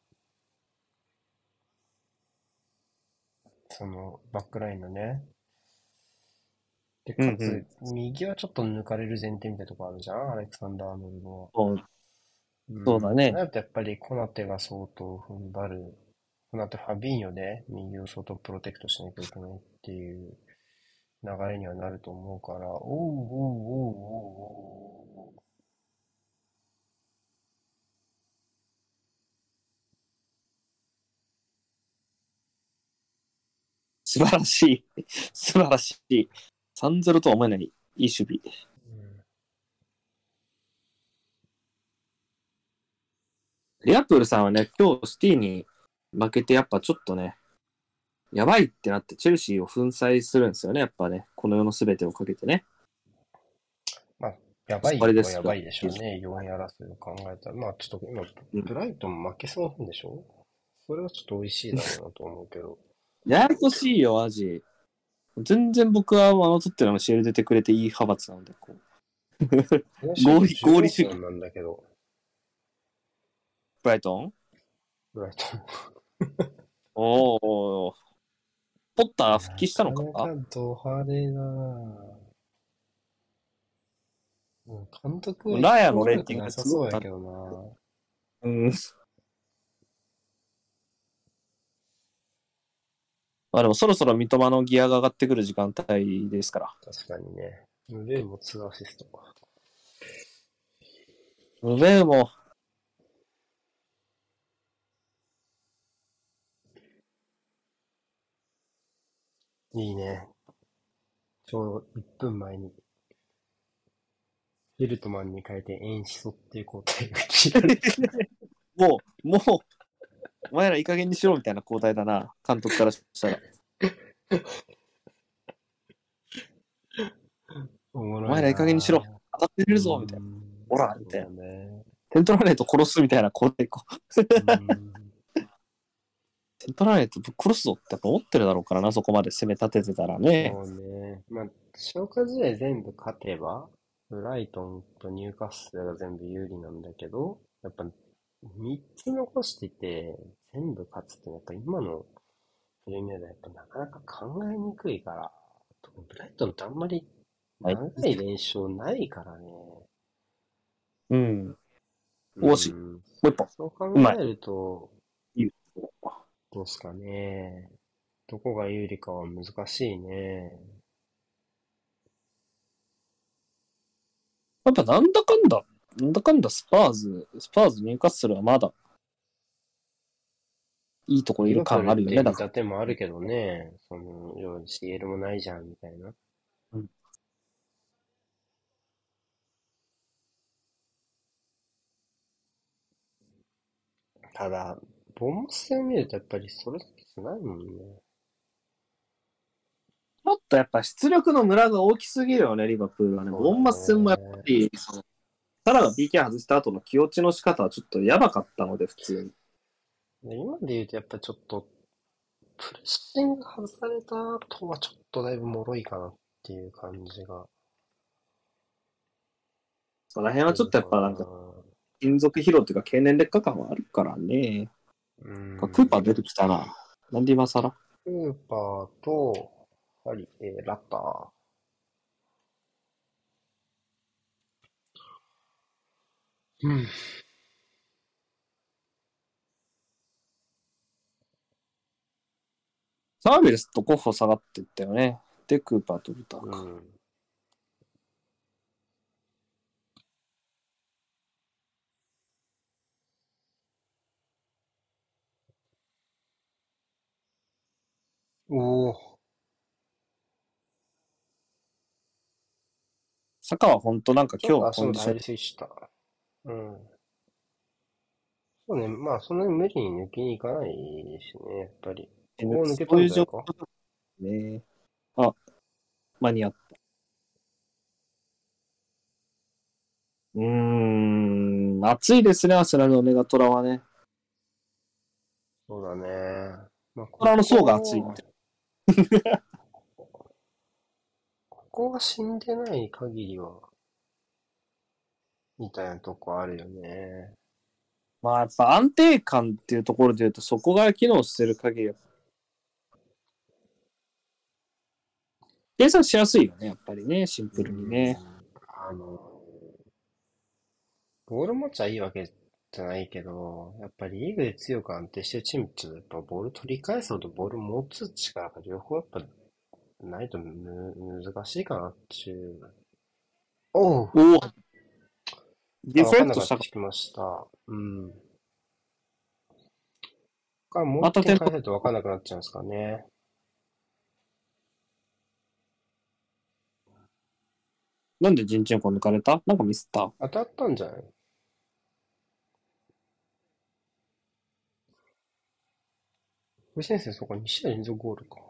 その、バックラインのね。で、かつ、 うんうん。 右はちょっと抜かれる前提みたいなとこあるじゃんアレクサンダー・アーノルドは。 そう、 うん。とそうだね。 なるとやっぱりコナテが相当踏ん張る。コナテ、ファビーニョで右を相当プロテクトしなきゃいけないっていう流れにはなると思うから、おうおうおうおうおう。 素晴らしい。素晴らしい。さんたいゼロとは思えないいい守備。リアプールさんはね、今日シティに負けてやっぱちょっとね、やばいってなってチェルシーを粉砕するんですよね、やっぱね。この世の全てをかけてね。 まあ、やば終わいりですよ。 はやばいでしょうね。よんい争いを考えたら。まあ、ちょっと今、 うん、 ブライトン負けそうなんでしょ？それはちょっと美味しいだろうなと思うけど。 ややこしいよ、マジ。全然僕はあのトッテナムシェル出てくれていい派閥なので、こう。 今シュート合理、合理 16 主義。 本なんだけど、 ブライトンブライトおー、ポッタン。 ー復な帰したのか？ かなかド派手だな。うん、監督は一ラヤのレーティング個も悪くなさすごくなる。 そうやけどな。 うん。まあでもそろそろ三笘のギアが上がってくる時間帯ですから。 確かにね。ムベーもツーアシストか。 ムベーも、 いいね。ちょうどいっぷんまえにヘルトマンに変えてエンシソっていう交代が切られた。 もう、もう、お前らいい加減にしろみたいな交代だな、監督からしたら。 おもろいお前らいい加減にしろ。 な当たってぁ。うーるぞみたいな。 ん。 ほらみたいな。 そうね。 点取らないと殺すみたいな交代。こううーん。 点取らないとぶっ殺すぞってやっぱ思ってるだろうからな、そこまで攻め立ててたらね。 そうね。まあ、消化試合全部勝てば、ブライトンとニューカッスルが全部有利なんだけど、やっぱみっつ残してて、全部勝つってやっぱ今のプレミアではやっぱなかなか考えにくいから、ブライトンってあんまりはい。 長い連勝ないからね。 うん。 う惜しい。 ん。 もう一本。 そう考うまい。 えると、 いい。 どうすかね。どこが有利かは難しいね。 やっぱなんだかんだ、なんだかんだスパーズ、スパーズ、ニューカッスルはまだいいとこいるリバプール感あるよね、 って見だから。 立てもあるけどね。その、要は シーエル もないじゃん、みたいな。 うん、 ただ、ボンモス戦を見るとやっぱりそれだけじゃないもんね。 ちょっとやっぱ出力のムラが大きすぎるよね、リバプールはね。 そうだボンマス戦もやっぱね。 り、その、サラが ピーケー 外した後の気落ちの仕方はちょっとやばかったので、普通に。 で今で言うとやっぱちょっと、プレッシング外された後はちょっとだいぶ脆いかなっていう感じがその辺はちょっするかな。 とやっぱなんか、金属疲労っていうか経年劣化感はあるからね。 うクーパーん。 出てきたな。なんで今更クーパーと、やはり、えーラッター。うん。 サービルスとコッホ下がっていったよね。で、クーパーとルターか。 うん。おお。 坂は本当なんかちょっ今日はと足元入りコンディション、 すぎちゃった。 うん。そうね。まあ、そんなに無理に抜きに行かないしね、やっぱり。 えおお、抜けそういう状たんじゃないか。 況だね。あ、間に合った。うーん、暑いですね、アスナルのメガトラはね。 そうだね。まあ、こトラの層が暑いっこ、 て。 ここが死んでない限りは、みたいなとこあるよね。 まあやっぱ安定感っていうところで言うと、そこが機能してる限りは、計算しやすいよね、やっぱりね、シンうープルにね。 ん。あの、ボール持ちはいいわけじゃないけど、やっぱりリーグで強く安定してるチームってやっぱボール取り返すのとボール持つ力が両方やっぱないとむ難しいかなっていう。おう。 おお、デあ、 ィフわかんレクトしたか。 なくなってきました。うん。からもう一また点取点返せるとわかんなくなっちゃうんですかね。 なんでジンチェンコ抜かれたなんかミスった。 当たったんじゃない？藤先生、そこに試合連続ゴールか。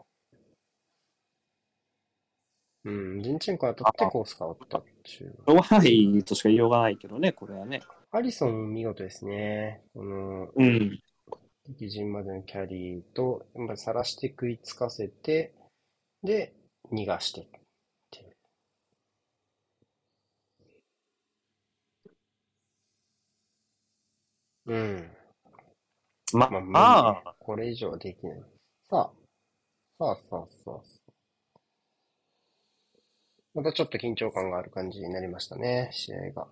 うん、ジンチェンコ当たってあ、 コース変わったっていう。 しょうがないとしか言いようがないけどね、これはね。 アリソン見事ですね。この、 うん。 敵陣までのキャリーと、やっぱさらして食いつかせて、で、逃がしてっていう。うん。 ま、 まあ、無理ね。 ああ、 これ以上はできない。さあ、さあ、さあ、さあ。またちょっと緊張感がある感じになりましたね、試合が。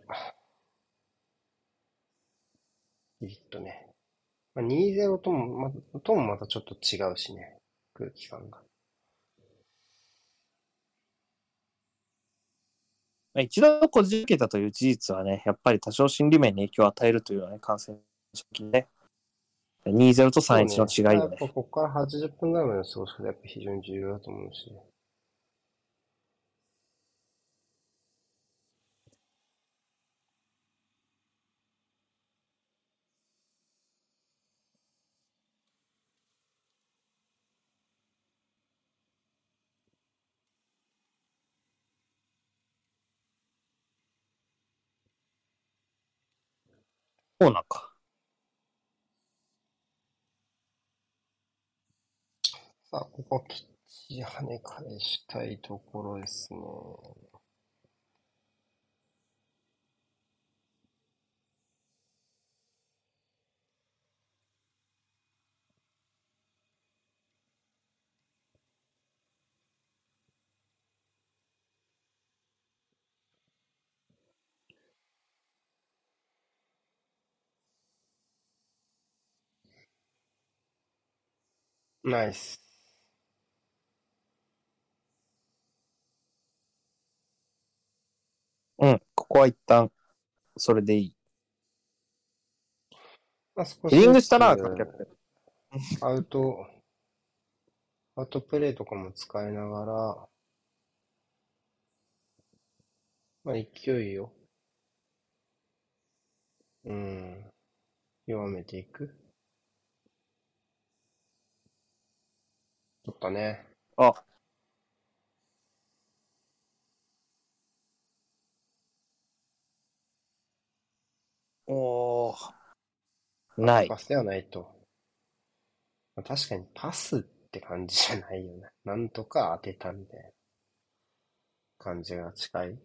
ビビッとね。まあ、にたいゼロとも、ま、ともまたちょっと違うしね。空気感が。 一度こじけたという事実はね、やっぱり多少心理面に影響を与えるというのはね、感染症ね。にたいゼロとさんたいいちのそうね。まあ、やっぱ違いよね。 ここからはちじゅっぷんぐらいまでの過ごすことがやっぱ非常に重要だと思うし。 そうなんか。 さあ、ここきっちり跳ね返したいところですね。ナイス。 うん、ここは一旦、それでいい。 まあ、少ヘディンしずつ、 グしたな、観客で。 アウト、アウトプレイとかも使いながら、まあ、勢いを、うん、弱めていく。取ったね。 あ、おー、ない。 縦パスではないと。まあ、確かにパスって感じじゃないよね。なんとか当てたみたいな感じが近い。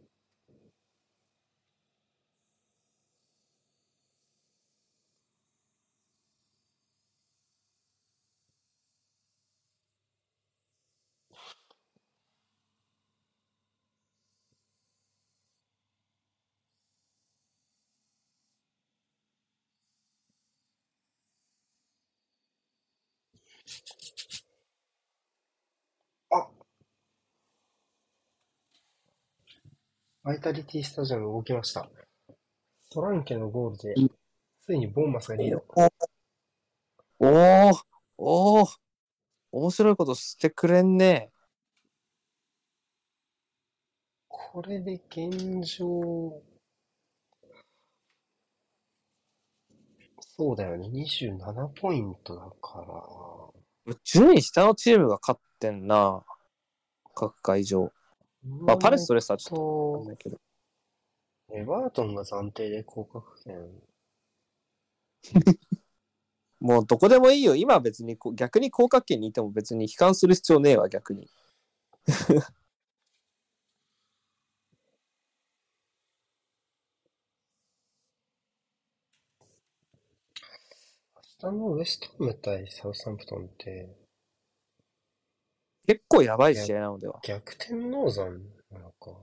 あ、バイタリティスタジアム動きました。ソランケのゴールで、ついにボーンマスがリード。 おおー、おー、面白いことしてくれんね。 これで現状、 そうだよね。にじゅうななポイントだから。 順位下のチームが勝ってんな。各会場。まあ、パレスとレスターちょっとわかんないけど。 エバートンが暫定で降格圏。 もうどこでもいいよ。今は別にこう逆に降格圏にいても別に悲観する必要ねえわ、逆に。 明日のウエストハム対サウサンプトンって、 結構やばい試合なのでは。 逆転ノーザンなのか。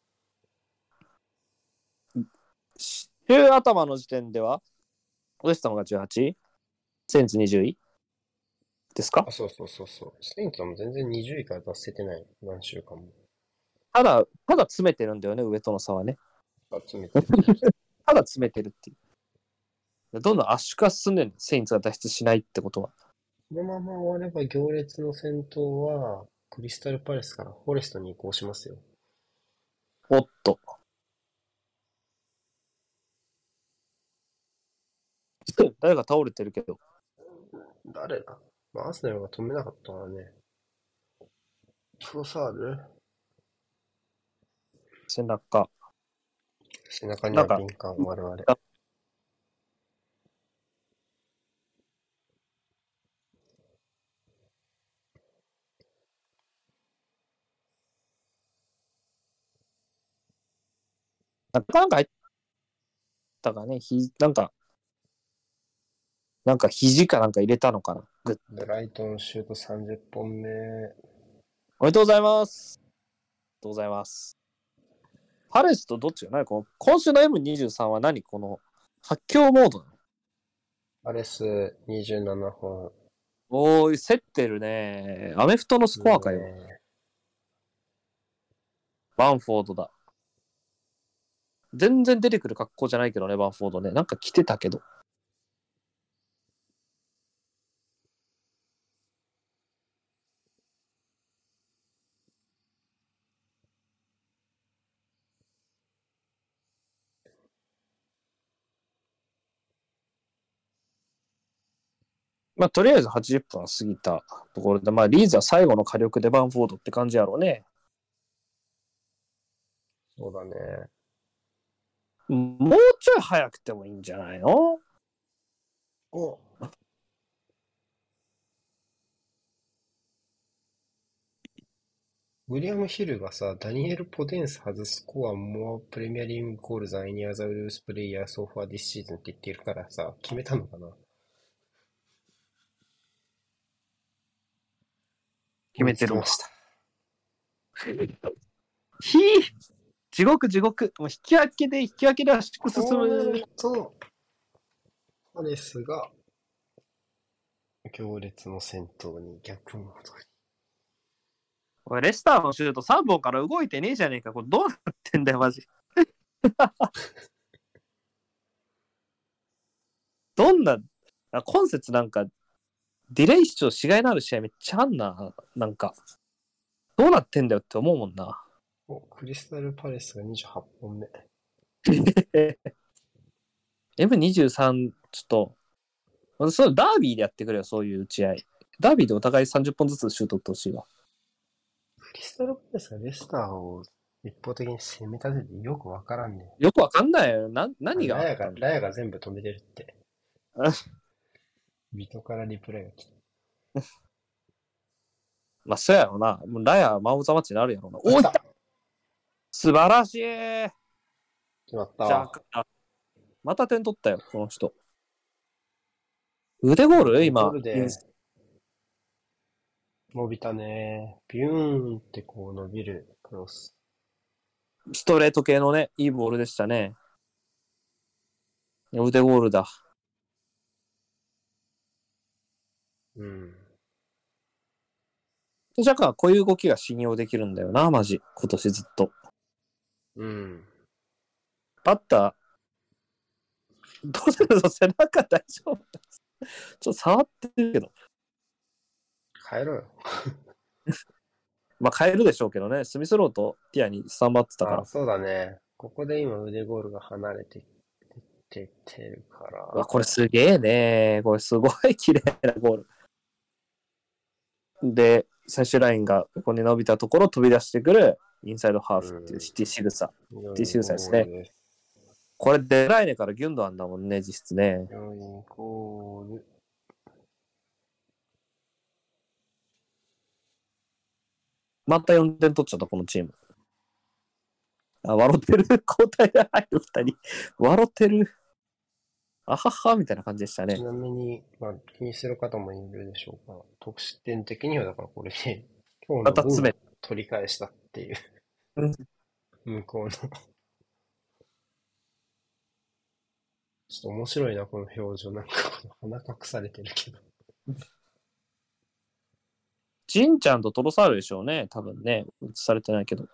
週頭の時点では、ウエスタムがじゅうはちい、センツにじゅういですか？ あ、そうそうそうそう。セインツはもう全然にじゅういから出せてない。何週間も。 ただ、ただ詰めてるんだよね、上との差はね。 集めてる。 ただ詰めてるっていう。どんどん圧縮化進んでる、セインツが脱出しないってことは。 このまま終われば行列の先頭は、クリスタルパレスからフォレストに移行しますよ。 おっと。誰か倒れてるけど。 誰だ、まあ、アーセナルが止めなかったからね。トロサール背中。 背中になんか、 は敏感、我々。 なんかなんか入ったかね、ひ、なんか、なんか肘かなんか入れたのかな。グッ。 ブライトンシュートさんじゅっぽんめ。 おめでとうございます。ありがとうございます。パレスとどっちが何この今週の エムにじゅうさん は何この発狂モードなの？ パレスにじゅうななほん。 おーい、競ってるね。アメフトのスコアかよ。 ね、 バンフォードだ。全然出てくる格好じゃないけどね、バンフォードね。なんか着てたけど。まあ、とりあえずはちじゅっぷんは過ぎたところで、まあ、リーズは最後の火力でバンフォードって感じやろうね。 そうだね。 もうちょい早くてもいいんじゃないの？ お、ウィリアム・ヒルがさ、ダニエル・ポデンス外すコアモアプレミアリングゴールザンエニアザウルースプレイヤーソファーディスシーズンって言ってるからさ、決めたのかな？ 決めてるわ。 ました。 ひぃ地獄地獄。もう引き分けで引き分けで圧縮進こうなるむ。 と、パレスが行列の先頭に逆戻り。 おい、レスターのシュートさんぼんから動いてねえじゃねえか。これどうなってんだよ、マジ。どんな、今節なんか、ディレイ視聴しがいのある試合めっちゃあんな。なんか、どうなってんだよって思うもんな。 お、クリスタルパレスがにじゅうはちほんめ。 エムにじゅうさん、ちょっと、そうダービーでやってくれよ、そういう打ち合い。ダービーでお互いさんじゅっぽんずつシュート打ってほしいわ。 クリスタルパレスがレスターを一方的に攻め立ててよくわからんね。 よくわかんないよ。な、何があラヤが、 ったんだ。 ラヤが全部止めてるって。ビトからリプライが来た。 まあ、そうやろな。もうラヤ、マウザマッチになるやろな。 お、 おい来た。 素晴らしい。 決まったじゃわ。 あ、また点取ったよ、この人。腕ゴールゴー今、 ルで伸びたね。ビューンってこう伸びるクロス。 ストレート系のね、いいボールでしたね。腕ゴールだ。 うん。 ジャカはこういう動きが信用できるんだよな、マジ。今年ずっと。 うん。 バッター、どうするの背中大丈夫？ちょっと触ってるけど。 帰ろうよ。 まあ変えるでしょうけどね。スミスローとティアにスタンバってたかあ、 ら。 そうだね。ここで今腕ゴールが離れてって出てるかうわ、 ら。 これすげえね。これすごい綺麗なゴール。で、最終ラインがここに伸びたところ飛び出してくるインサイドハーフっていうシティ仕草。シティ仕草ですね。 です。 これデライネからギュンドアンだもんね、実質ね。 良いゴール。 またよんてん取っちゃった、このチーム。あ、笑ってる。交代で入るふたり。笑ってる。あはは、みたいな感じでしたね。 ちなみに、まあ、気にする方もいるでしょうが、得失点的にはだからこれで、今日の分をまた詰め。 取り返したっていう、 うん向こうの。ちょっと面白いな、この表情。なんかこの鼻隠されてるけど。 ジンちゃんとトロサールでしょうね。多分ね。映されてないけど。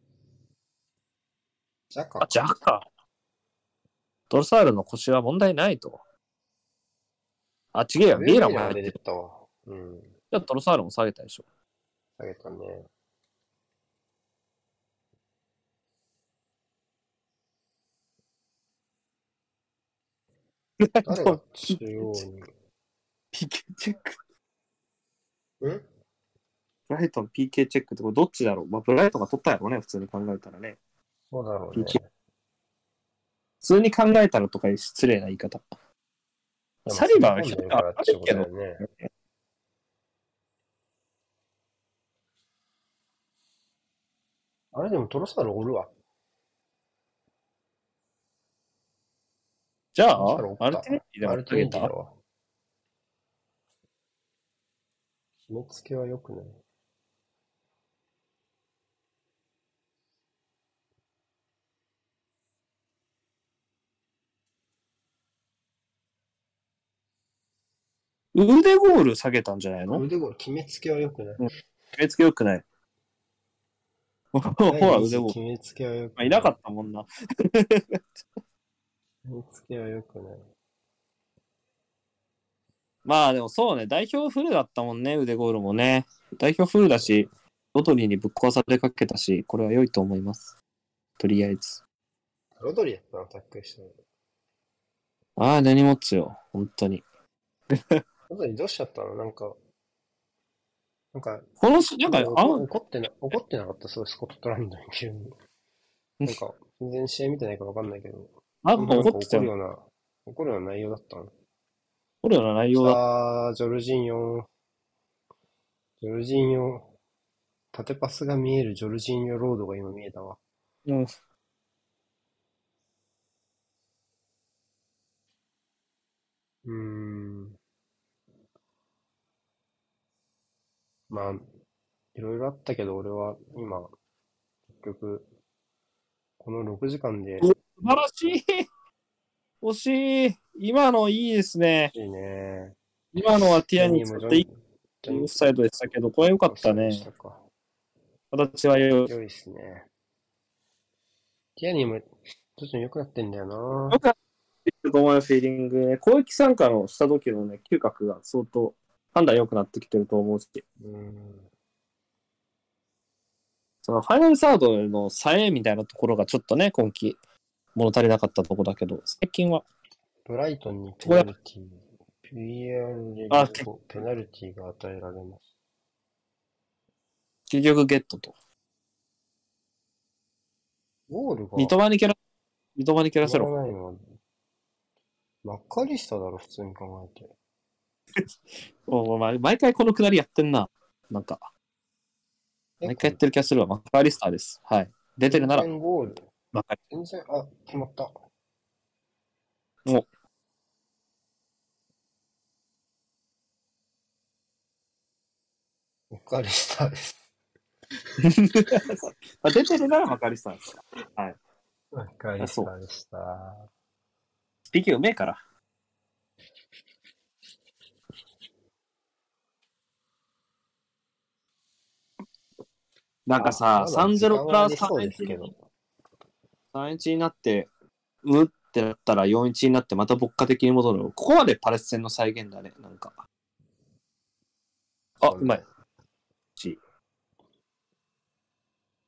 あ、 ジャカか。 ジャカ。トロサールの腰は問題ないと。あ、違えよ。 あ、 ビエラベイラも出も入ってる。 てったわ。うん。 じゃあトロサールも下げたでしょ。 下げたね。誰が中央に。 ピーケー チェック。 んブライトン ピーケー チェックってこれどっちだろう。まあ、ブライトンが取ったやろうね。普通に考えたらね。 そうだろうね。 ピーケー 普通に考えたらとかいう失礼な言い方。サリバーは飛び込んでるあからってことるけど、 だよね。あれでもトロサールおるわ。 じゃトロサーあ、 ルおった。 アルティメッティでもアルティ下げたメンティだわ。決めつけは良くない。 腕ゴール下げたんじゃないの？ 腕ゴール決めつけは良くない。 うん。決めつけよくない。ほら、 第二腕ゴール。 次決めつけは良くまあ、 ない。 いなかったもんな。 決めつけは良くない。 まあでもそうね、代表フルだったもんね、腕ゴールもね。代表フルだし、ロドリーにぶっ壊されかけたし、これは良いと思います。とりあえず。 ロドリやったの、タックルしたの。 ああ、根に持つよ、本当に。 ロドリどうしちゃったのなんか、なんか、 このし、なんか、あ怒の、 怒ってな、怒ってなかった、そうスコットランドに急に。なんか、全然試合見てないからわかんないけど、 なんかそんななんか怒ってたよ。 怒るような、怒るような内容だったの。 これような内来容だ。 た、ジョルジンヨ、ジョルジンヨ、縦パスが見えるジョルジンヨロードが今見えたわ。 うん。 うーん。まあ、いろいろあったけど、俺は今、結局、このろくじかんで、 素晴らしい。惜しい。今のいいですね。 いいね。 今のはティアジャにニーもジョン、 使っていいジャニー、 オフサイドでしたけど、これ良かったそうでしね。 たか。 形は良い。 良いっすね。ティアニーも徐々に良くなってんだよな。 良かったと思います、フィーリングね。攻撃参加のした時のね、嗅覚が相当判断良くなってきてると思うし、 うん。 そのファイナルサードのさえみたいなところがちょっとね、今季物足りなかったとこだけど、最近は、 ブライトンにペこれナルティー、ピーアール レビあ、 ュー後、ペナルティーが与えられます。 結局ゲットと。 ゴールが三笘に蹴ら、三笘に蹴ら決ませろ。 らないのは、マッカリスタだろ、普通に考えて。 お前毎回このくだりやってんな。なんか、 え、 毎これ、 回やってる気がするわ。マッカーリスターです。はい。出てる全なら、 然ゴール。 マッカ全然、あ、決まった。 リ。もマッカリスタです。 う、出てるならマッカーリスターです。はい。 マッカリスあ、そう。 タでした。 ピーケー うめえから。なんかさ、 まだ時さんたいゼロから間はありそうですさんたいいちに、 けど。 さんたいいちになって、うってなったらよんたいいちになってまた牧歌的に戻る。ここまでパレス戦の再現だね、なんか。あ、 そうね。 うまい。し。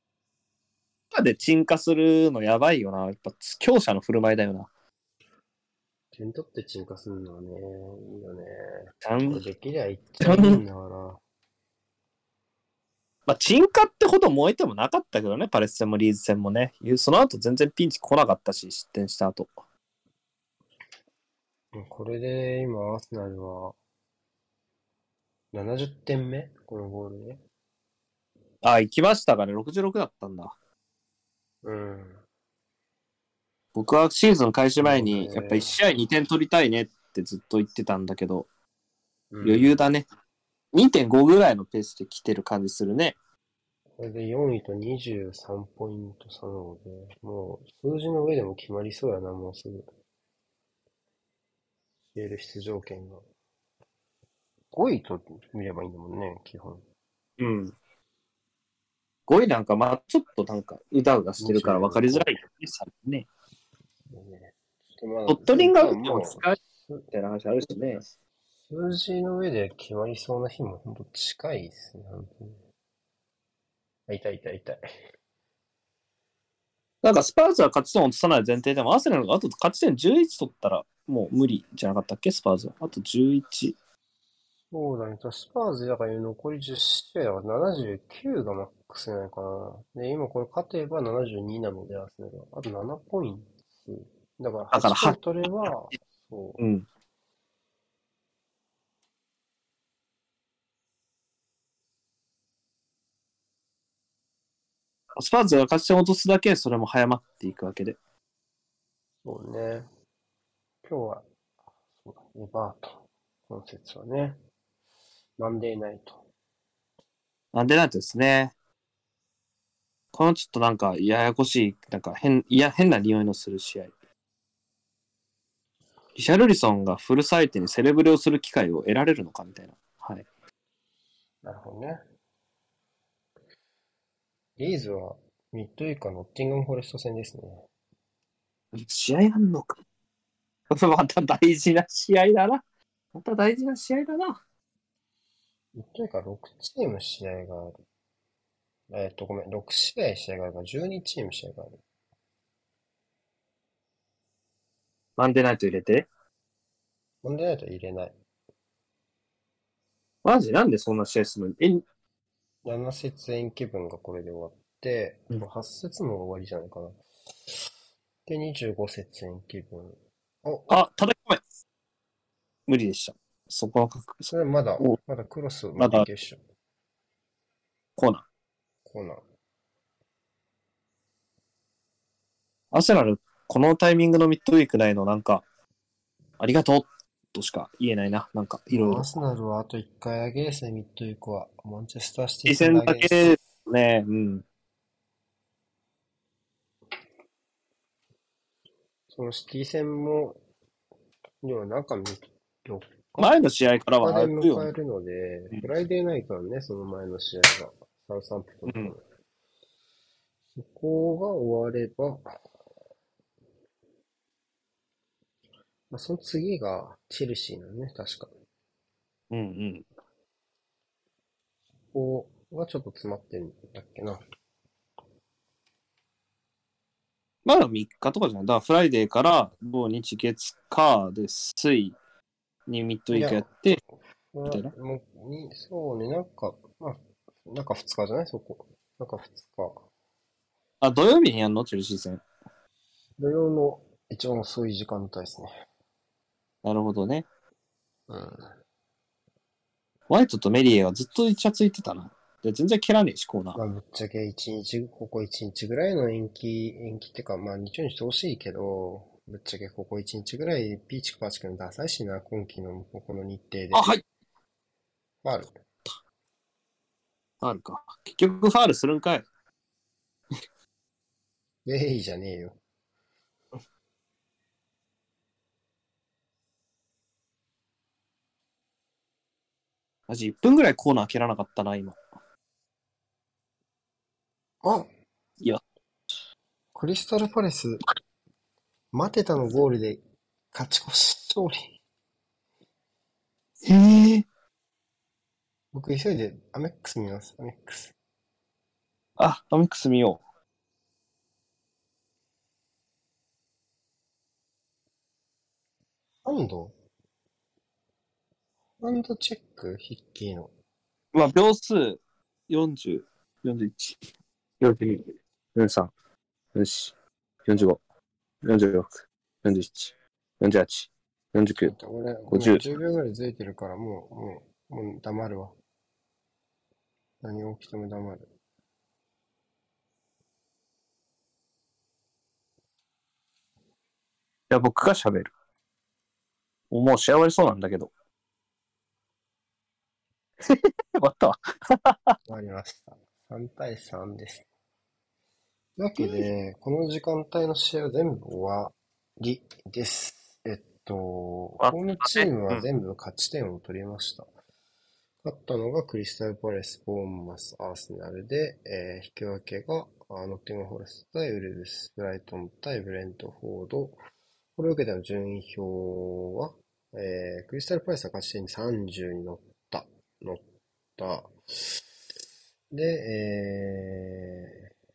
まで沈下するのやばいよな。やっぱ強者の振る舞いだよな。 点取って沈下するのはね、いいよね。 ちゃん、 これできりゃいっちゃいいんだから。 まあ、沈下ってほど燃えてもなかったけどね、パレス戦もリーズ戦もね。その後全然ピンチ来なかったし、失点した後。 これで今、アーセナルはななじゅってんめこのゴールで。 あ、行きましたがね、ろくじゅうろくだったんだ。 うん。 僕はシーズン開始前に、やっぱいちね、 試合にてん取りたいねってずっと言ってたんだけど、 うん。 余裕だね。にてんご ぐらいのペースで来てる感じするね。 これでよんいとにじゅうさんポイント差なので、もう数字の上でも決まりそうやな、もうすぐ。消える出場権が。ごいと見ればいいんだもんね、基本。 うん。ごいなんか、まあちょっとなんか、うだうだしてるから分かりづらいよね、さね。 ね、ちょっとまだ、 トットリンガーでもも使うみたいな話あるしね。 う、数字の上で決まりそうな日もほんと近いですね、本当に。あ、痛い痛い痛い。 なんかスパーズは勝ち点を落とさない前提でも、アーセナルがあと勝ち点じゅういち取ったら、もう無理じゃなかったっけ、スパーズは。あとじゅういち。 そうだね。スパーズだから残りじゅっ試合だからななじゅうきゅうがマックスじゃないかな。で、今これ勝てばななじゅうになので、アーセナルは。あとななポイント。だからだからはちてんは、 取れば、そうん。スパーズが勝ち点を落とすだけ、それも早まっていくわけで。 う、そうね。今日は、そうだ、エバート。今節はね。マンデーナイト。 なんでなんてですね。このちょっとなんか、ややこしい、なんか変、いや、変な匂いのする試合。リシャルリソンがフルサイトにセレブレをする機会を得られるのかみたいな。はい。 なるほどね。リーズはミッドウィークはノッティンガムフォレスト戦ですね。 試合あんのか。また大事な試合だな。また大事な試合だな。 ミッドウィークはろくチーム試合がある。えっと、ごめん、ろく試合試合があるからじゅうにチーム試合がある。 マンデーナイト入れて。 マンデーナイトは入れない。 マジなんでそんな試合するの？え、 なな節延期分がこれで終わって、 うん、 はち節も終わりじゃないかな。で、にじゅうご節延期分。お、 あ、叩き込め。無理でした。そこはかく、そそれまだ、 お、 まだクロスままだでいけるっしょ。 コーナー。 コーナー。 アセナル、このタイミングのミッドウィークないの、なんか、ありがとうとしか言えないな。なんか、いろいろ。 アーセナルはあといっかいだけですね、ミッドウィークは。マンチェスターシティ次戦戦だけです。 だけね、うん。 そのシティ戦も、でも中みよっか前の試合からは ?よっか であるよね。 迎えるので、フライデーナイトなんね、その前の試合が。サウサンプトンうん。 との。そこが終われば、まあ、その次がチェルシーなのね、確か。 うんうん。 ここがちょっと詰まってるんだっけな。 まだみっかとかじゃない。だからフライデーから土日月火で水にミッドウィークいや、 やって、みたいな。 これはもう、に、そうね、なんか、まあ、中ふつかじゃないそこ。中ふつか。 あ、土曜日にやんのチェルシー戦。 土曜の一番遅い時間帯ですね。 なるほどね。 うん。 ホワイトとメリエはずっとイチャついてたな。で、全然蹴らねえし、コーナー。 まあ、ぶっちゃけ一日、ここ一日ぐらいの延期、延期ってか、まあ、日曜にしてほしいけど、ぶっちゃけここ一日ぐらいピーチクパーチクのダサいしな、今季のここの日程あ、 で。 はい。 ファール。 ファールか。結局ファールするんかい。 ウェイじゃねえよ。 マジいっぷんぐらいコーナー蹴らなかったな、今。 あ、 いや、 クリスタルパレス、マテタのゴールで勝ち越し勝利。 へえ。 僕急いでアメックス見ます、アメックス。 あ、アメックス見よハンドハンドチェック筆記の。 まあ、秒数よんじゅう、よんじゅういち、よんじゅうに、よんじゅうさん、よんじゅうよん、よんじゅうご、よんじゅうろく、よんじゅうなな、よんじゅうはち、よんじゅうきゅう、 待って、俺、ごめん、 ごじゅう。 じゅうびょうぐらいずれてるから、もう、もう、もう黙るわ。何起きても黙る。 いや、僕が喋る。もう仕上がりそうなんだけど。終わったわ。 終わりました。さん対さんです。というわけで、この時間帯の試合は全部終わりです。えっと、ホ終わっームチたね。 ームはうん。 全部勝ち点を取りました。勝ったのがクリスタルパレス、ボーンマス、アーセナルで、えー引き分けがあノッティンガムフォレスト対ウルブス、ブライトン対ブレントフォード。これを受けての順位表は、えークリスタルパレスは勝ち点さんじゅうに乗った。乗った。で、えー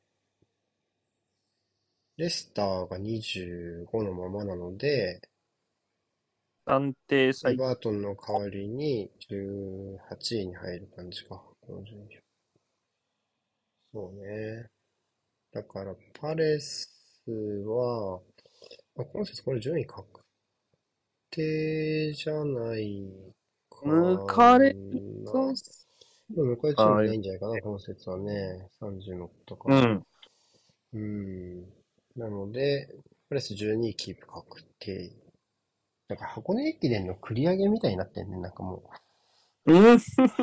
レスターがにじゅうごのままなので、 安定エ最バートンの代わりにじゅうはちいに入る感じか。この順位表。そうね。だから、パレスは、まあ、今節これ順位確定じゃないか抜かれるな。 か。 でも、これチームいはい。 ないんじゃないかな、今節はね。さんじゅう乗ったから。 うん。 うん。なので、パレスじゅうにいキープ確定。なんか箱根駅伝の繰り上げみたいになってんね。なんかもうん。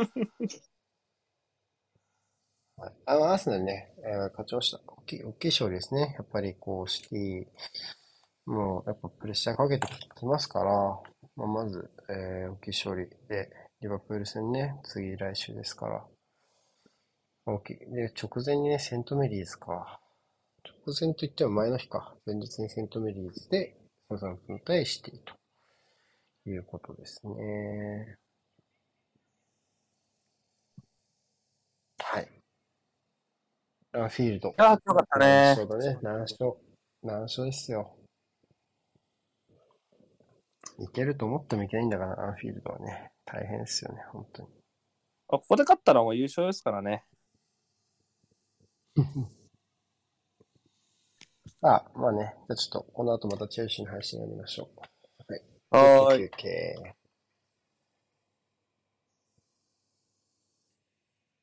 う。はい、あの、アーセナルね、えー勝ちました。大きい、大きい勝利ですね。やっぱりこう、シティ、もう、やっぱプレッシャーかけてきますから、まあ、まず、えー大きい勝利で、リバプール戦ね、次来週ですから、大きい。で、直前にね、セントメリーズか。直前といっては前の日か。前日にセントメリーズで、サザンプン対シティということですね。はい。アンフィールド。 ああ、よかった難ね。 勝だね。難勝。難勝ですよ。いけると思ってもいけないんだから、アンフィールドはね。大変ですよね、本当に。 あここで勝ったらもう優勝ですからね。 あ、まあね。じゃあちょっと、この後またチェルシーの配信やりましょう。はい。ちょっとはーい。 休憩。